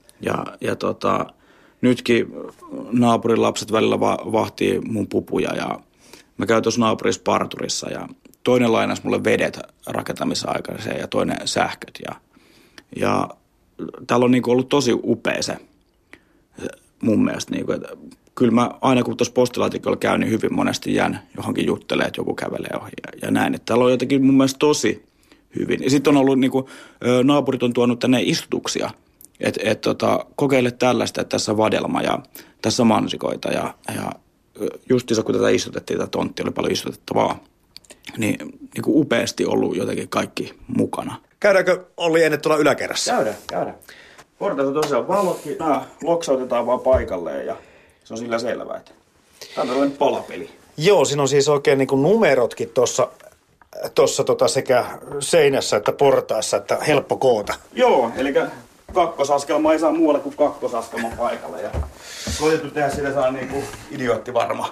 Nytkin naapurilapset välillä vahtii mun pupuja ja mä käyn tuossa naapurissa parturissa ja toinen lainasi mulle vedet rakentamisen aikaiseen ja toinen sähköt. Ja täällä on niinku ollut tosi upea se mun mielestä. Niinku, että kyllä mä aina kun tuossa postilaatikolla käyn, niin hyvin monesti jään johonkin juttelemaan, että joku kävelee ohi ja näin. Että täällä on jotenkin mun mielestä tosi hyvin. Ja sitten on ollut niinku, naapurit on tuonut tänne istutuksia. Että kokeile tällaista, että tässä on vadelma ja tässä on mansikoita ja justiinsa kun tätä istutettiin, tätä tonttia oli paljon istutettavaa, niin kuin upeasti ollut jotenkin kaikki mukana. Käydäänkö Olli ennen tuolla yläkerrassa? Käydään. Portaissa tosiaan valotkin, nämä loksautetaan vaan paikalleen ja se on sillä selvää, että tämä on tällainen palapeli. Joo, siinä on siis oikein niin kuin numerotkin tuossa sekä seinässä että portaissa, että helppo koota. Joo, eli kakkosaskelma ei saa muualle kuin kakkosaskelman paikalle ja koitettu tehdä sille saa niin kuin idiootti varma.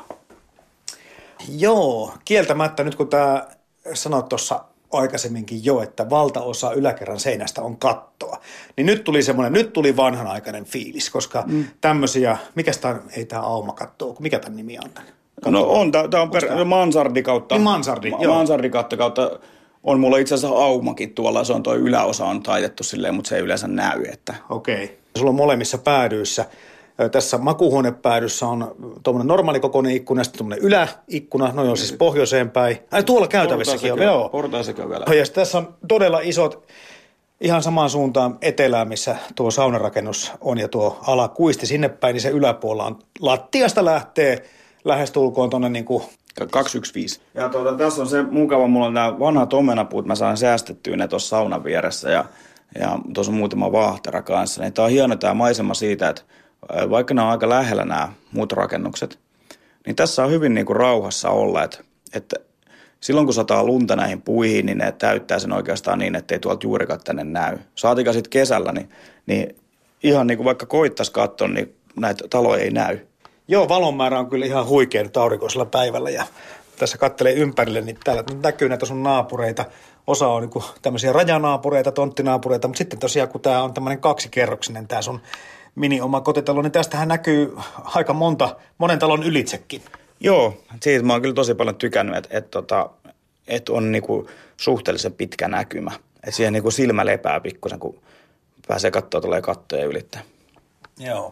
Joo, kieltämättä nyt kun tämä sanoit tuossa aikaisemminkin jo, että valtaosa yläkerran seinästä on kattoa, niin nyt tuli vanhanaikainen fiilis, koska tämmöisiä, ei tämä aumakatto, mikä tämän nimi on tämän? No on, tämä on mansardi kautta. Niin mansardi, joo. Mansardikatto kautta. On mulla itse asiassa aumakin tuolla, se on toi yläosa on taitettu silleen, mutta se ei yleensä näy. Okei. Sulla on molemmissa päädyissä. Tässä makuuhuonepäädyssä on tuommoinen normaalikokoinen ikkuna ja sitten tuommoinen yläikkuna, noin on siis pohjoiseen päin. Tuolla käytävissäkin on, joo. Portaissakin on vielä. Ja tässä on todella isot, ihan samaan suuntaan etelään, missä tuo saunarakennus on ja tuo alakuisti sinne päin, niin se yläpuolella on lattiasta lähtee lähestulkoon tuonne niin kuin 215. Ja tässä on se mukava, mulla on nämä vanhat omenapuut, mä saan säästettyä ne tuossa saunan vieressä ja tuossa on muutama vaahtera kanssa. Niin tää on hieno tämä maisema siitä, että vaikka nämä on aika lähellä nämä muut rakennukset, niin tässä on hyvin niin kuin rauhassa olla, että silloin kun sataa lunta näihin puihin, niin ne täyttää sen oikeastaan niin, että ei tuolta juurikaan tänne näy. Saatika sitten kesällä, niin ihan niin kuin vaikka koittaisi katsoa, niin näitä taloja ei näy. Joo, valon määrä on kyllä ihan huikea nyt aurinkoisella päivällä ja tässä kattelee ympärille, niin täällä näkyy näitä sun naapureita. Osa on niin tämmöisiä rajanaapureita, tonttinaapureita, mutta sitten tosiaan kun tämä on tämmöinen kaksikerroksinen tämä sun mini-oma kotitalo, niin tästähän näkyy aika monen talon ylitsekin. Joo, siitä mä oon kyllä tosi paljon tykännyt, että on niinku suhteellisen pitkä näkymä. Että siihen niinku silmä lepää pikkusen, kun pääsee katsoa tulee kattoja ylittää. Joo.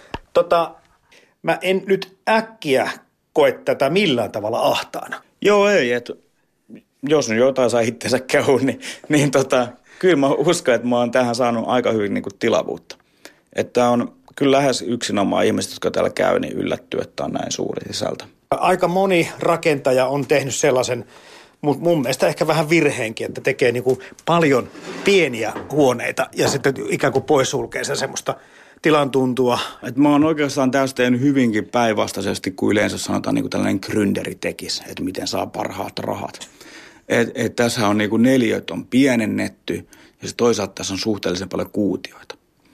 Mä en nyt äkkiä koe tätä millään tavalla ahtaana. Joo, ei, että jos nyt jotain saa itsensä käy, niin Kyllä mä uskon, että mä oon tähän saanut aika hyvin niin kuin tilavuutta. Että on kyllä lähes yksinomaan ihmiset, jotka täällä käy, niin yllättyy, että on näin suuri sisältö. Aika moni rakentaja on tehnyt sellaisen, mun mielestä ehkä vähän virheenkin, että tekee niin kuin paljon pieniä huoneita ja sitten ikään kuin poissulkee sen semmoista tilan tuntua. Et mä oon oikeastaan tästä tehnyt hyvinkin päinvastaisesti kuin yleensä sanotaan niin kuin tällainen gründeri tekisi, että miten saa parhaat rahat. Tässä on niin kuin neliöt on pienennetty ja toisaalta tässä on suhteellisen paljon kuutioita.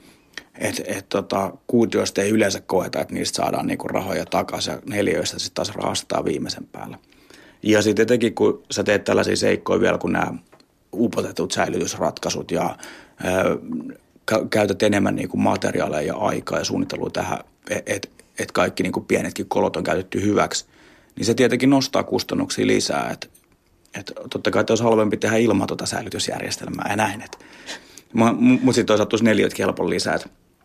Kuutioista ei yleensä koeta, että niistä saadaan niinku rahoja takaisin ja neliöistä sitten taas rahastetaan viimeisen päällä. Ja sitten etenkin, kun sä teet tällaisia seikkoja vielä, kun nämä upotetut säilytysratkaisut ja käytät enemmän niinku materiaaleja ja aikaa ja suunnittelua tähän, että kaikki niinku pienetkin kolot on käytetty hyväksi, niin se tietenkin nostaa kustannuksia lisää. Totta kai olisi halvempi tehdä ilman tuota säilytysjärjestelmää ja näin. Mutta sitten toisaalta tuossa neliötkin helpon lisää.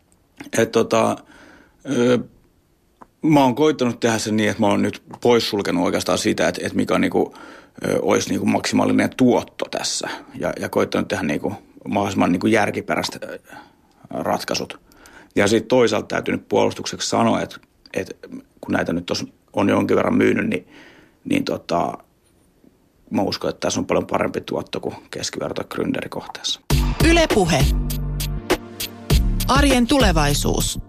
Mä oon koittanut tehdä sen niin, että mä oon nyt poissulkenut oikeastaan sitä, että mikä on olisi niinku maksimaalinen tuotto tässä. Ja koittanut tehdä niinku mahdollisimman niinku järkiperäiset ratkaisut. Ja sitten toisaalta täytyy nyt puolustukseksi sanoa, että kun näitä nyt on jonkin verran myynyt, niin mä uskon, että tässä on paljon parempi tuotto kuin keskiverto gründerikohteessa. Yle Puhe. Arjen tulevaisuus.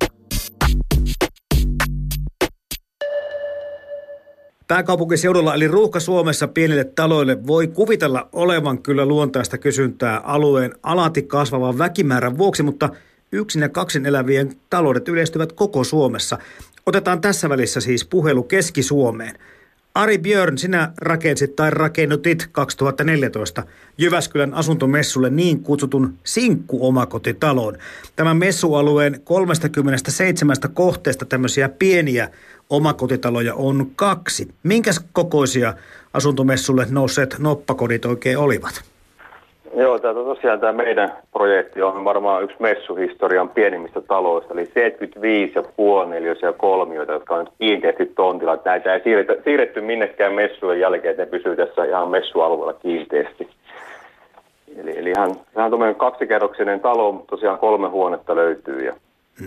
Pääkaupunkiseudulla eli Ruuhka-Suomessa pienille taloille voi kuvitella olevan kyllä luontaista kysyntää alueen alati kasvavan väkimäärän vuoksi, mutta yksin ja kaksin elävien taloudet yleistyvät koko Suomessa. Otetaan tässä välissä siis puhelu Keski-Suomeen. Ari Björn, sinä rakensit tai rakennutit 2014 Jyväskylän asuntomessulle niin kutsutun sinkkuomakotitalon. Tämän messualueen 37 kohteesta tämmöisiä pieniä omakotitaloja on 2. Minkäs kokoisia asuntomessulle nousseet noppakodit oikein olivat? Joo, tosiaan tämä meidän projekti on varmaan yksi messuhistorian pienimmistä taloista, eli 75,5 neliöisiä kolmioita, jotka on nyt kiinteästi tontilla. Näitä ei siirretty minnekään messujen jälkeen, että ne pysyy tässä ihan messualueella kiinteästi. Eli ihan tuommoinen 2-kerroksinen talo, mutta tosiaan 3 huonetta löytyy ja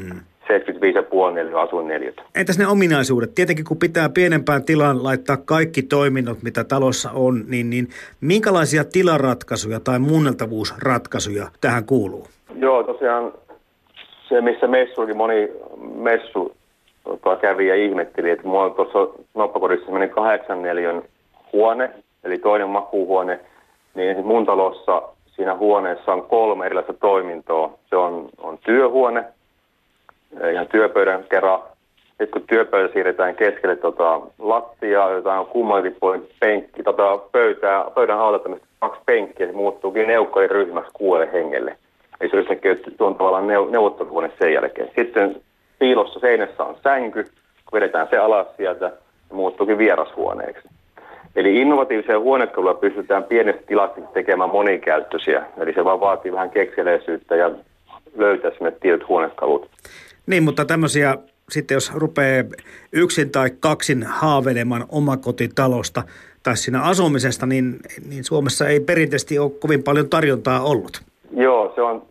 75,5 neliöä asuinneliötä. Entäs ne ominaisuudet? Tietenkin kun pitää pienempään tilaan laittaa kaikki toiminnot, mitä talossa on, niin minkälaisia tilaratkaisuja tai muunneltavuusratkaisuja tähän kuuluu? Joo, tosiaan se, missä moni messu kävi ja ihmetteli, että mulla on tuossa noppakodissa semmoinen 8 neliön huone, eli toinen makuuhuone, niin mun talossa siinä huoneessa on 3 erilaista toimintoa. Se on työhuone, ihan työpöydän kerran. Sitten kun työpöydä siirretään keskelle lattiaa, jotain kummankin puolin penkki, pöydän alta tämmöistä 2 penkkiä, se muuttuukin neukkojen ryhmäksi 6 hengelle. Eli se yhtäkkiä tuon tavallaan neuvotteluhuone sen jälkeen. Sitten piilossa seinässä on sänky, kun vedetään se alas sieltä, se muuttuukin vierashuoneeksi. Eli innovatiivisia huonekaluja pystytään pienesti tilasta tekemään monikäyttöisiä. Eli se vaan vaatii vähän kekseliäisyyttä ja löytää sinne tietyt huonekalut. Niin, mutta tämmöisiä sitten jos rupeaa yksin tai kaksin haaveilemaan omakotitalosta tai siinä asumisesta, niin Suomessa ei perinteisesti ole kovin paljon tarjontaa ollut. Joo, se on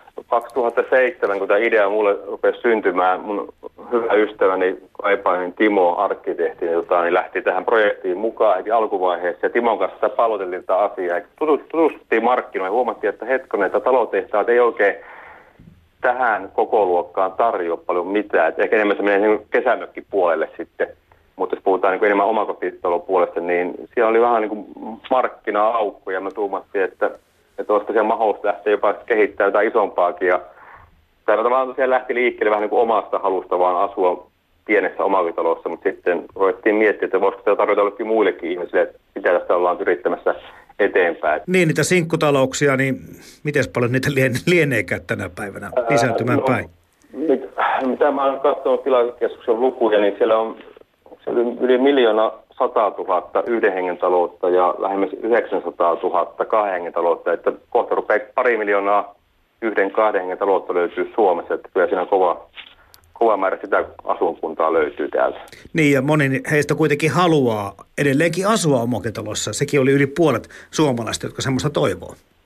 2007, kun tämä idea mulle rupesi syntymään. Mun hyvä ystäväni Kaipainen Timo, arkkitehti, niin lähti tähän projektiin mukaan heti alkuvaiheessa. Ja Timon kanssa sitä palloteltiin tätä asiaa. Tutustuttiin markkinoihin ja huomattiin, että hetkonen, että talotehtaat ei oikein tähän kokoluokkaan tarjoa paljon mitään. Et ehkä enemmän se menee niin kesämökkipuolelle sitten. Mutta jos puhutaan niin enemmän omakotitalon puolesta, niin siellä oli vähän niin kuin markkina-aukko. Ja me tuumattiin, että olisiko siellä mahdollista lähteä jopa kehittää jotain isompaakin. Ja tämä tosiaan lähti liikkeelle vähän niin kuin omasta halusta vaan asua pienessä omakotitalossa. Mutta sitten ruvettiin miettiä, että voisiko sitä tarjota jollekin muillekin ihmisille, että mitä tästä ollaan yrittämässä eteenpäin. Niin, niitä sinkkutalouksia, niin miten paljon niitä lieneekään tänä päivänä lisääntymään päin? Mitä mä oon katsonut tilakeskuksen lukuja, niin siellä on yli 1 100 000 yhden hengen taloutta ja lähemmäs 900 000 2 hengen taloutta. Että kohta rupeaa 2 miljoonaa 1-2 hengen taloutta löytyy Suomessa, että kyllä siinä kova määrä sitä asuinkuntaa löytyy täältä. Niin, ja moni heistä kuitenkin haluaa edelleenkin asua omakotitalossa. Sekin oli yli puolet suomalaista, jotka semmoista toivoo.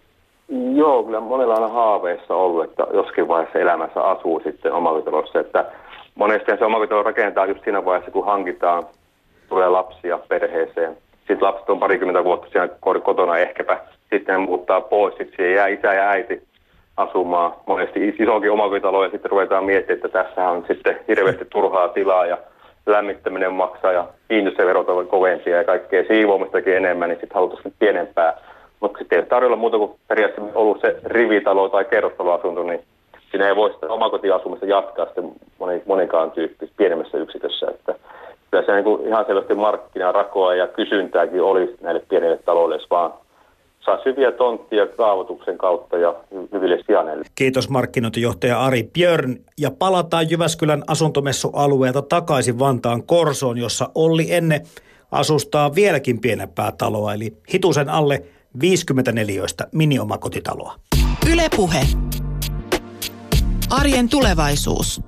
Joo, kyllä monella on haaveissa ollut, että joskin vaiheessa elämässä asuu sitten omakotitalossa. Että monesti se omakotitalo rakentaa just siinä vaiheessa, kun hankitaan, tulee lapsia perheeseen. Sitten lapset on 20 vuotta siinä kotona ehkäpä. Sitten ne muuttaa pois, sitten siihen jää isä ja äiti asumaan. Monesti isokin omakotitalo ja sitten ruvetaan miettimään, että tässä on sitten hirveästi turhaa tilaa ja lämmittäminen maksaa ja kiinteistöverot ovat kovempia ja kaikkea siivoamistakin enemmän, niin sitten halutaan pienempää. Mutta sitten ei tarjolla muuta kuin periaatteessa ollut se rivitalo tai kerrostaloasunto, niin siinä ei voi sitä omakotiasumista jatkaa sitten monikaan tyyppistä pienemmässä yksikössä. Että kyllä se niin ihan selvästi markkinarakoa ja kysyntääkin olisi näille pienille taloille, jos vaan saa hyviä tonttia kaavoituksen kautta ja hyville sijainneille. Kiitos markkinointijohtaja Ari Björn. Ja palataan Jyväskylän asuntomessualueelta takaisin Vantaan Korsoon, jossa Olli Enne asustaa vieläkin pienempää taloa, eli hitusen alle 54 mini-omakotitaloa. Yle Puhe. Arjen tulevaisuus.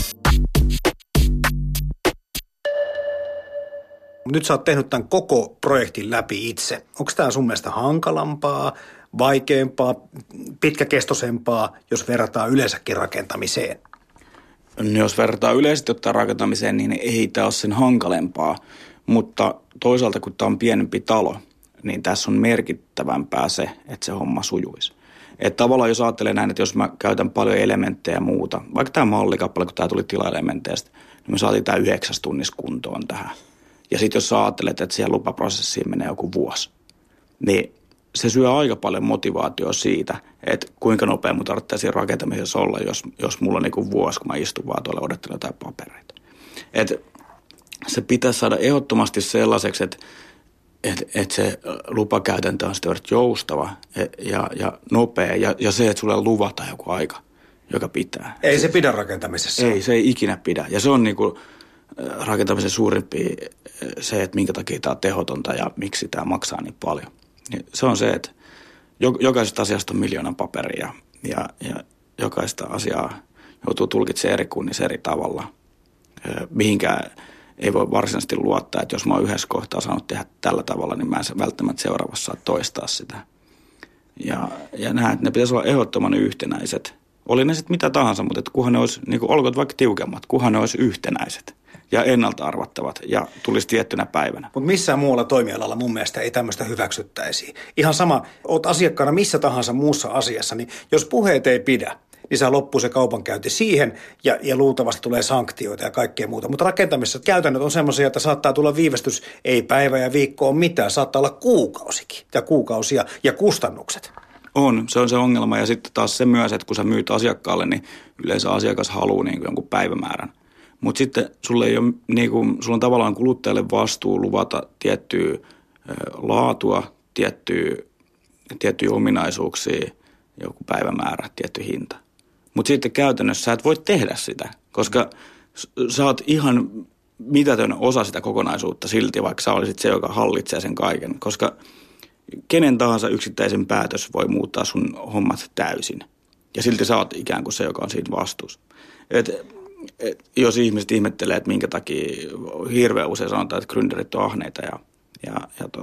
Nyt sä oot tehnyt tämän koko projektin läpi itse. Onko tämä sun mielestä hankalampaa, vaikeampaa, pitkäkestoisempaa, jos verrataan yleensäkin rakentamiseen? No, jos verrataan yleisesti ottaen rakentamiseen, niin ei tämä ole sen hankalempaa. Mutta toisaalta, kun tämä on pienempi talo, niin tässä on merkittävämpää se, että se homma sujuisi. Että tavallaan jos ajattelee näin, että jos mä käytän paljon elementtejä ja muuta, vaikka tämä mallikappale, kun tämä tuli tilaelementeistä, niin me saatiin tämä 9 tunnissa kuntoon tähän. Ja sitten jos sä ajattelet, että siihen lupaprosessiin menee joku vuosi, niin se syö aika paljon motivaatiota siitä, että kuinka nopea mun tarvitsee siinä rakentamisessa olla, jos mulla on niin vuosi, kun mä istun vaan tuolla odottelen jotain papereita. Että se pitäisi saada ehdottomasti sellaiseksi, että se lupakäytäntö on sitten joustava ja nopea ja se, että sulle luvataan joku aika, joka pitää. Ei se pidä rakentamisessa. Ei, se ei ikinä pidä. Ja se on niinku rakentamisen suurimpi se, että minkä takia tämä on tehotonta ja miksi tämä maksaa niin paljon. Se on se, että jokaisesta asiasta on 1 000 000 paperia ja jokaista asiaa joutuu tulkitsemaan eri kunnissa eri tavalla. Mihinkään ei voi varsinaisesti luottaa, että jos mä oon yhdessä kohtaa saanut tehdä tällä tavalla, niin mä en välttämättä seuraavassa saa toistaa sitä. Ja ne pitäisi olla ehdottoman yhtenäiset. Oli ne sitten mitä tahansa, mutta kunhan ne olisi, niin kuin olkoon vaikka tiukemmat, kunhan ne olisi yhtenäiset ja ennalta arvattavat ja tulisi tiettynä päivänä. Mutta missään muualla toimialalla mun mielestä ei tämmöistä hyväksyttäisi. Ihan sama, oot asiakkaana missä tahansa muussa asiassa, niin jos puheet ei pidä, niin saa loppuu se kaupankäynti siihen ja luultavasti tulee sanktioita ja kaikkea muuta. Mutta rakentamisessa käytännöt on semmoisia, että saattaa tulla viivästys, ei päivä ja viikko ole mitään, saattaa olla kuukausikin ja kuukausia ja kustannukset. Se on se ongelma ja sitten taas se myös, että kun sä myyt asiakkaalle, niin yleensä asiakas haluaa niin kuin jonkun päivämäärän. Mutta sitten sulla on tavallaan kuluttajalle vastuu luvata tiettyä laatua, tiettyjä ominaisuuksia, joku päivämäärä, tietty hinta. Mutta sitten käytännössä sä et voi tehdä sitä, koska sä oot ihan mitätön osa sitä kokonaisuutta silti, vaikka sä olisit se, joka hallitsee sen kaiken. Koska kenen tahansa yksittäisen päätös voi muuttaa sun hommat täysin. Ja silti sä oot ikään kuin se, joka on siinä vastuussa. Jos ihmiset ihmettelee, että minkä takia hirveän usein sanotaan, että gründerit on ahneita ja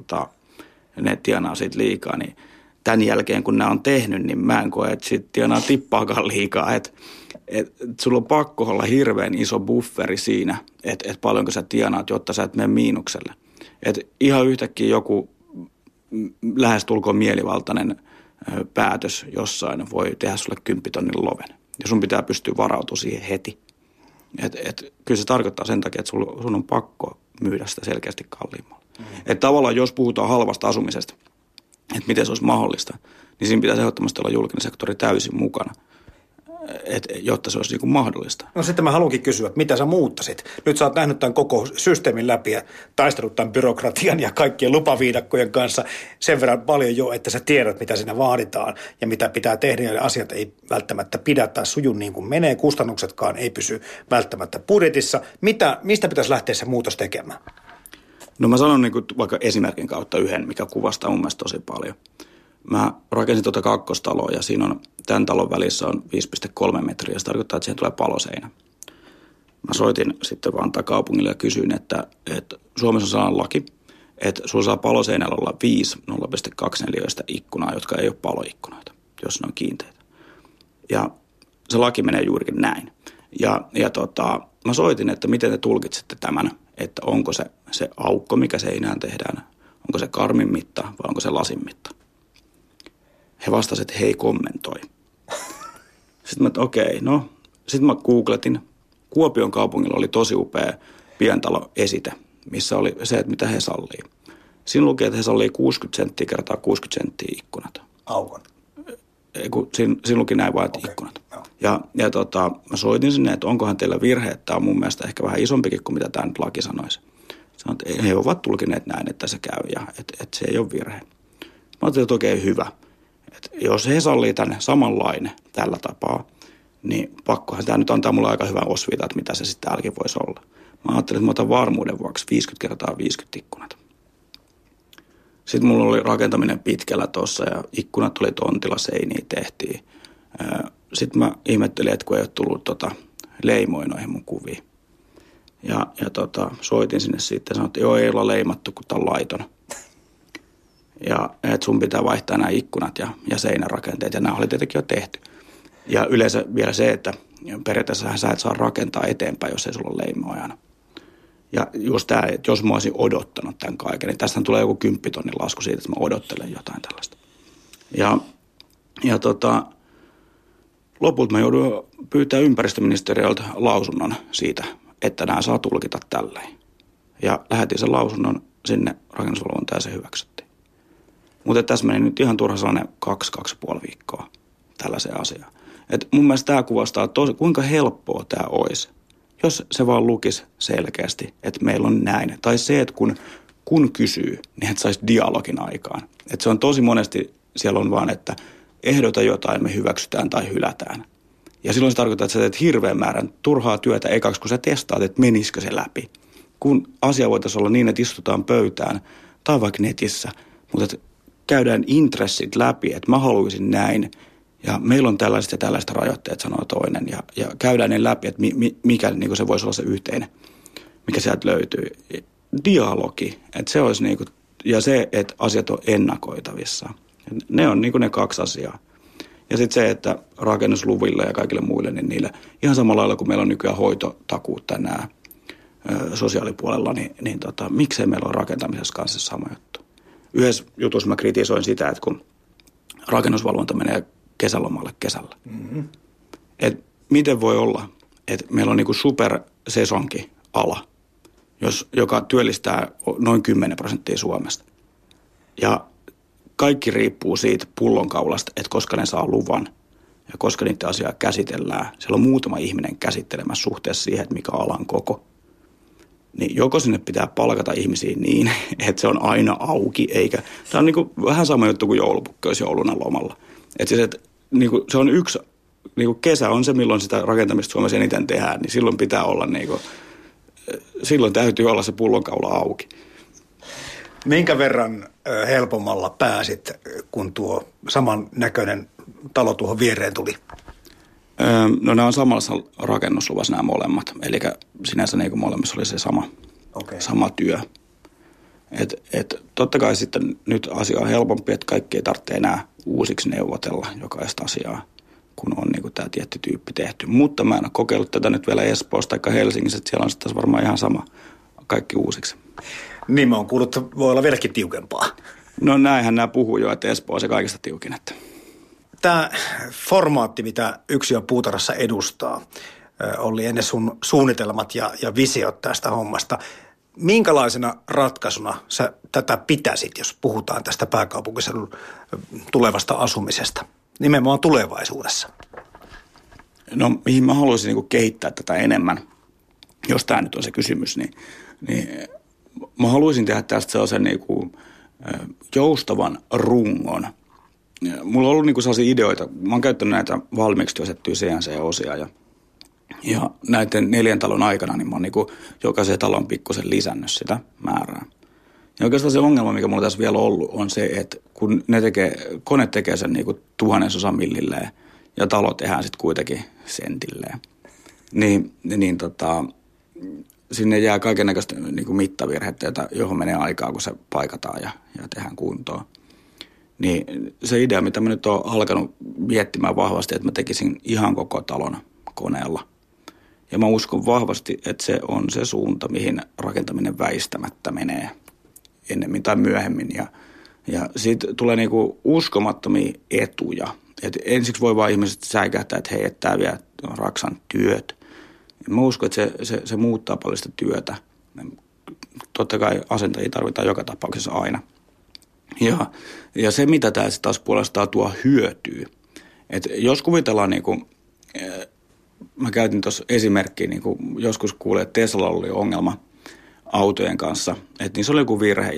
ne tienaa siitä liikaa, niin tämän jälkeen, kun nämä on tehnyt, niin mä en koe, että siitä tienaa tippaakaan liikaa. Että sulla on pakko olla hirveän iso bufferi siinä, että paljonko sä tienaat, jotta sä et mene miinukselle. Että ihan yhtäkkiä joku lähestulkoon mielivaltainen päätös jossain voi tehdä sulle 10 000 loven. Ja sun pitää pystyä varautumaan siihen heti. Kyllä se tarkoittaa sen takia, että sun on pakko myydä sitä selkeästi kalliimmalla. Että tavallaan jos puhutaan halvasta asumisesta, että miten se olisi mahdollista, niin siinä pitäisi ehdottomasti olla julkinen sektori täysin mukana, jotta se olisi niin kuin mahdollista. No sitten mä haluankin kysyä, että mitä sä muuttasit? Nyt sä oot nähnyt tämän koko systeemin läpi ja taistellut tämän byrokratian ja kaikkien lupaviidakkojen kanssa sen verran paljon jo, että sä tiedät, mitä siinä vaaditaan ja mitä pitää tehdä, ja asiat ei välttämättä pidä tai suju niin kuin menee, kustannuksetkaan ei pysy välttämättä budjetissa. Mistä pitäisi lähteä se muutos tekemään? No mä sanon niin kuin vaikka esimerkin kautta yhden, mikä kuvastaa mun mielestä tosi paljon. Mä rakensin tuota kakkostaloa ja siinä on, tämän talon välissä on 5,3 metriä. Se tarkoittaa, että siihen tulee paloseinä. Mä soitin sitten Vantaan kaupungille ja kysyin, että Suomessa on sellainen laki, että sulla saa paloseinällä olla 5 0,2 neliöistä ikkunaa, jotka ei ole paloikkunoita. jos ne on kiinteitä. Ja se laki menee juurikin näin. Ja mä soitin, että miten te tulkitsette tämän, että onko se aukko, mikä seinään tehdään, onko se karmin mitta vai onko se lasin mitta. He vastasivat, että he ei kommentoi. Sitten mä, että okei, no. Sitten mä googletin. Kuopion kaupungilla oli tosi upea pientaloesite, missä oli se, että mitä he sallii. Siinä luki, että he sallii 60 senttiä kertaa 60 senttiä ikkunat. Aukon? Siinä luki näin vaan, että ikkunat. No. Ja mä soitin sinne, että onkohan teillä virhe, että tämä on mun mielestä ehkä vähän isompikin kuin mitä tämä nyt laki sanoisi. Sanoin, että he ovat tulkineet näin, että se käy ja että se ei ole virhe. Mä ajattelin, että okei, hyvä. Että jos he sallii tänne samanlainen tällä tapaa, niin pakkohan tämä nyt antaa mulle aika hyvän osviita, että mitä se sitten täälläkin voisi olla. Mä ajattelin, että mä otan varmuuden vuoksi 50 kertaa 50 ikkunat. Sitten mulla oli rakentaminen pitkällä tuossa ja ikkunat oli tontilla, seiniä tehtiin. Sitten mä ihmettelin, että kun ei ole tullut leimoja noihin mun kuviin. Ja soitin sinne sitten ja sanoin, että joo, ei olla leimattu, kun tää on laiton. Ja että sun pitää vaihtaa nämä ikkunat ja seinärakenteet ja nämä oli tietenkin jo tehty. Ja yleensä vielä se, että periaatteessa sä et saa rakentaa eteenpäin, jos ei sulla ole leimoja aina. Ja just tämä, että jos mä olisin odottanut tämän kaiken, niin tästähän tulee joku 10 000 lasku siitä, että mä odottelen jotain tällaista. Ja lopulta mä joudun pyytämään ympäristöministeriöltä lausunnon siitä, että nämä saa tulkita tälleen. Ja lähetin sen lausunnon sinne rakennusvalvontaan ja se hyväksyttiin. Mutta tässä meni nyt ihan turha sellainen 2,5 viikkoa tällaiseen asiaan. Et mun mielestä tämä kuvastaa kuinka helppoa tämä olisi, jos se vaan lukisi selkeästi, että meillä on näin. Tai se, että kun kysyy, niin että saisi dialogin aikaan. Että se on tosi monesti, siellä on vaan, että ehdota jotain, me hyväksytään tai hylätään. Ja silloin se tarkoittaa, että sä teet hirveän määrän turhaa työtä ekaksi, kun sä testaat, että menisikö se läpi. Kun asia voitaisiin olla niin, että istutaan pöytään tai vaikka netissä, mutta että käydään intressit läpi, että mä haluaisin näin. Ja meillä on tällaiset ja tällaiset rajoitteet, sanoo toinen. Ja käydään ne läpi, että mikä niin se voisi olla se yhteinen, mikä sieltä löytyy. Dialogi, että se olisi niin kuin, ja se, että asiat on ennakoitavissa. Ne on niin kuin ne 2 asiaa. Ja sitten se, että rakennusluville ja kaikille muille, niin niille ihan samalla lailla kuin meillä on nykyään hoitotakuut tai nämä sosiaalipuolella, niin miksei meillä on rakentamisessa kanssa sama juttu. Yhdessä jutussa mä kritisoin sitä, että kun rakennusvalvonta menee kesälomalle kesällä. Mm-hmm. Et miten voi olla, että meillä on niinku supersesonki-ala, joka työllistää noin 10% Suomesta. Ja kaikki riippuu siitä pullonkaulasta, että koska ne saa luvan ja koska niitä asiaa käsitellään. Siellä on muutama ihminen käsittelemässä suhteessa siihen, että mikä alan koko. Niin joko sinne pitää palkata ihmisiä niin, että se on aina auki, eikä... Tämä on niinku vähän sama juttu kuin joulupukki olisi jouluna lomalla. Että siis, niinku, se on yksi... Niinku kesä on se, milloin sitä rakentamista Suomessa eniten tehdään, niin silloin pitää olla niinku... Silloin täytyy olla se pullonkaula auki. Minkä verran helpommalla pääsit, kun tuo samannäköinen talo tuohon viereen tuli? No nämä on samassa rakennusluvassa nämä molemmat. Eli sinänsä niin kuin molemmissa oli se sama työ. Et totta kai sitten nyt asia on helpompi, että kaikki ei tarvitse enää uusiksi neuvotella jokaista asiaa, kun on niin kuin tämä tietty tyyppi tehty. Mutta mä en ole kokeillut tätä nyt vielä Espoossa tai Helsingissä, että siellä on sitten varmaan ihan sama kaikki uusiksi. Niin mä oon kuullut, että voi olla vieläkin tiukempaa. No näinhän nämä puhuu jo, että Espoo on se kaikista tiukin. Että. Tämä formaatti, mitä Yksiön puutarhassa edustaa, oli ennen sun suunnitelmat ja visiot tästä hommasta. Minkälaisena ratkaisuna sä tätä pitäisit, jos puhutaan tästä pääkaupunkiseudun tulevasta asumisesta, nimenomaan tulevaisuudessa? No mihin mä haluaisin niin kuin kehittää tätä enemmän, jos tämä nyt on se kysymys, niin mä haluaisin tehdä tästä sellaisen niin kuin joustavan rungon. Mulla on ollut niin kuin sellaisia ideoita. Mä oon käyttänyt näitä valmiiksi työsettyjä CNC-osia ja näiden 4 talon aikana niin mä oon niin kuin jokaisen talon pikkusen lisännyt sitä määrää. Ja oikeastaan se ongelma, mikä mulla tässä vielä ollut, on se, että kun kone tekee sen niin kuin 1000 millilleen ja talo tehdään sitten kuitenkin sentilleen, niin sinne jää kaikennäköistä niin kuin mittavirhettä, johon menee aikaa, kun se paikataan ja tehdään kuntoon. Niin se idea, mitä mä nyt oon alkanut miettimään vahvasti, että mä tekisin ihan koko talon koneella. Ja mä uskon vahvasti, että se on se suunta, mihin rakentaminen väistämättä menee ennemmin tai myöhemmin. Ja siitä tulee niinku uskomattomia etuja. Et ensiksi voi vaan ihmiset säikähtää, että hei, että tää vie Raksan työt. Ja mä uskon, että se muuttaa paljon sitä työtä. Totta kai asentajia tarvitaan joka tapauksessa aina. Ja se, mitä tämä taas puolestaan tuo hyötyy. Et jos kuvitellaan, niin kuin, mä käytin tuossa esimerkkiä, niin kuin joskus kuulee, että Teslalla oli ongelma autojen kanssa. Että niin se oli joku virhe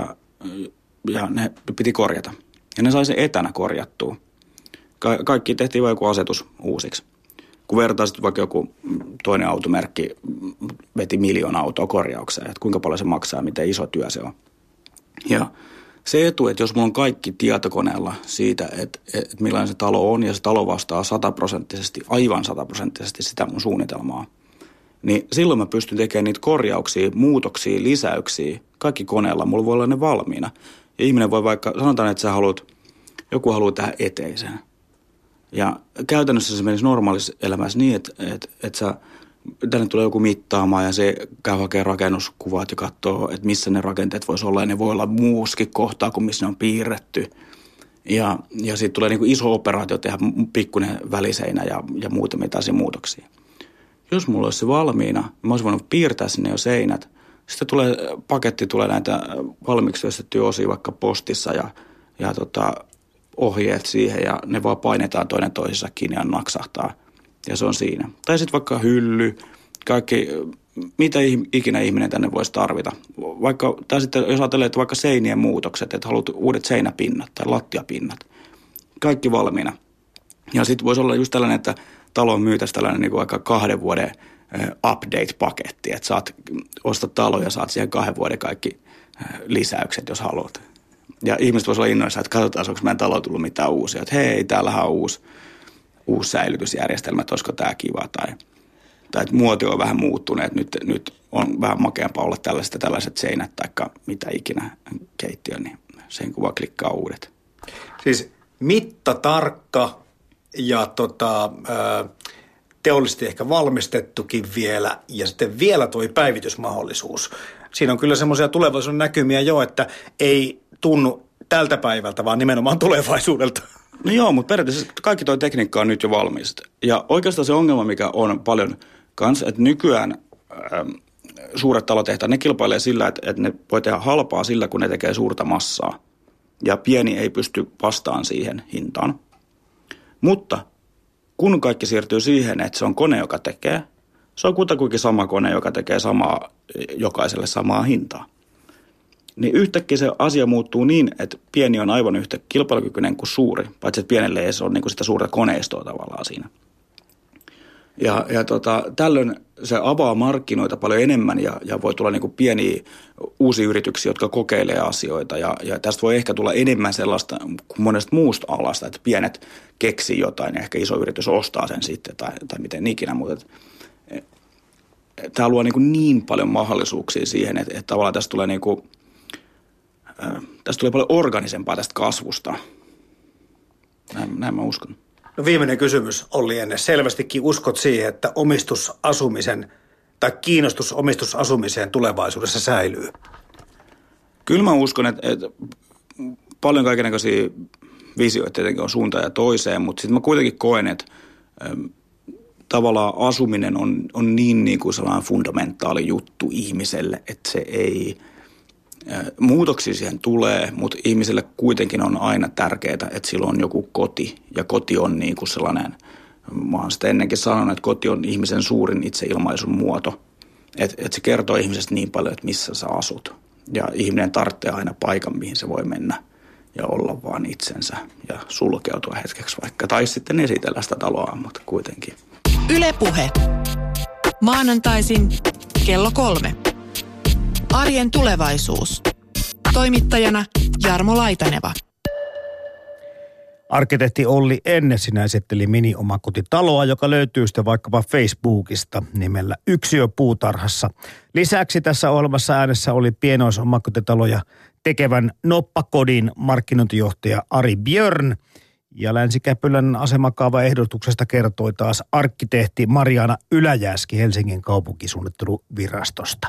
ja ne piti korjata. Ja ne sai sen etänä korjattua. Kaikki tehtiin vain joku asetus uusiksi. Kun vertaisit vaikka joku toinen automerkki veti 1 000 000 autoa korjaukseen, että kuinka paljon se maksaa ja miten iso työ se on. Ja se etu, että jos mulla on kaikki tietokoneella siitä, että millainen se talo on ja se talo vastaa 100%, aivan 100% sitä mun suunnitelmaa, niin silloin mä pystyn tekemään niitä korjauksia, muutoksia, lisäyksiä, kaikki koneella, mulla voi olla ne valmiina. Ja ihminen voi vaikka, sanotaan, että joku haluaa tähän eteiseen. Ja käytännössä se menisi normaalissa elämässä niin, että tänne tulee joku mittaamaan ja se käy hakemaan rakennuskuvat ja katsoo, että missä ne rakenteet voisi olla. Ja ne voi olla muuskin kohtaa kuin missä ne on piirretty. Ja sitten tulee niinku iso operaatio tehdä pikkuinen väliseinä ja muutamia tällaisia muutoksia. Jos mulla olisi se valmiina, mä olisin voinut piirtää sinne jo seinät. Sitten paketti tulee näitä valmiiksi työstettyjä osia vaikka postissa ja ohjeet siihen ja ne vaan painetaan toinen toisessa kiinni ja naksahtaa. Ja se on siinä. Tai sitten vaikka hylly, kaikki, mitä ikinä ihminen tänne voisi tarvita. Tai sitten jos ajattelee, että vaikka seinien muutokset, että haluat uudet seinäpinnat tai lattiapinnat. Kaikki valmiina. Ja sitten voisi olla just tällainen, että taloon myytäisi tällainen niin kuin aika 2 vuoden update-paketti. Että ostat talo ja saat siihen 2 vuoden kaikki lisäykset, jos haluat. Ja ihmiset voisivat olla innoissaan, että katsotaan, onko meidän talo tullut mitään uusia. Että hei, täällähän on uusi säilytysjärjestelmä, että olisiko tämä kiva. Tai että muoti on vähän muuttunut, että nyt on vähän makeampaa olla tällaiset seinät tai mitä ikinä keittiö, niin sen kuva klikkaa uudet. Siis mittatarkka ja teollisesti ehkä valmistettukin vielä ja sitten vielä tuo päivitysmahdollisuus. Siinä on kyllä semmoisia tulevaisuuden näkymiä jo, että ei tunnu tältä päivältä, vaan nimenomaan tulevaisuudelta. No joo, mutta periaatteessa kaikki tuo tekniikka on nyt jo valmis. Ja oikeastaan se ongelma, mikä on paljon kanssa, että nykyään suuret talotehtaat, ne kilpailee sillä, että ne voi tehdä halpaa sillä, kun ne tekee suurta massaa. Ja pieni ei pysty vastaan siihen hintaan. Mutta kun kaikki siirtyy siihen, että se on kone, joka tekee, se on kutakuinkin sama kone, joka tekee jokaiselle samaa hintaa. Niin yhtäkkiä se asia muuttuu niin, että pieni on aivan yhtä kilpailukykyinen kuin suuri, paitsi että pienelle ei se ole niin kuin sitä suurta koneistoa tavallaan siinä. Ja tällöin se avaa markkinoita paljon enemmän ja voi tulla niin kuin pieniä uusia yrityksiä, jotka kokeilee asioita. Ja tästä voi ehkä tulla enemmän sellaista kuin monesta muusta alasta, että pienet keksii jotain ja ehkä iso yritys ostaa sen sitten tai miten ikinä. Mutta tämä luo niin paljon mahdollisuuksia siihen, että tavallaan tästä tulee tästä tulee paljon organisempaa tästä kasvusta. Näin mä uskon. No viimeinen kysymys, Olli Enne. Selvästikin uskot siihen, että omistusasumisen tai kiinnostus omistusasumiseen tulevaisuudessa säilyy? Kyllä mä uskon, että paljon kaikennäköisiä visioita tietenkin on suuntaan ja toiseen, mutta sitten mä kuitenkin koen, että tavallaan asuminen on niin kuin sellainen fundamentaali juttu ihmiselle, että se ei... Muutoksia siihen tulee, mutta ihmiselle kuitenkin on aina tärkeää, että sillä on joku koti. Ja koti on niin kuin sellainen, mä oon sitä ennenkin sanonut, että koti on ihmisen suurin itseilmaisun muoto. Että se kertoo ihmisestä niin paljon, että missä sä asut. Ja ihminen tarvitsee aina paikan, mihin se voi mennä ja olla vaan itsensä ja sulkeutua hetkeksi vaikka. Tai sitten esitellä sitä taloa, mutta kuitenkin. Yle Puhe. Maanantaisin kello 3. Arjen tulevaisuus. Toimittajana Jarmo Laitaneva. Arkkitehti Olli Enne sinä esitteli mini-omakotitaloa, joka löytyy sitten vaikkapa Facebookista nimellä Yksiö puutarhassa. Lisäksi tässä ohjelmassa äänessä oli pienoisomakotitaloja tekevän Noppakodin markkinointijohtaja Ari Björn. Ja Länsi-Käpylän asemakaavaehdotuksesta kertoi taas arkkitehti Mariana Yläjääski Helsingin kaupunkisuunnitteluvirastosta.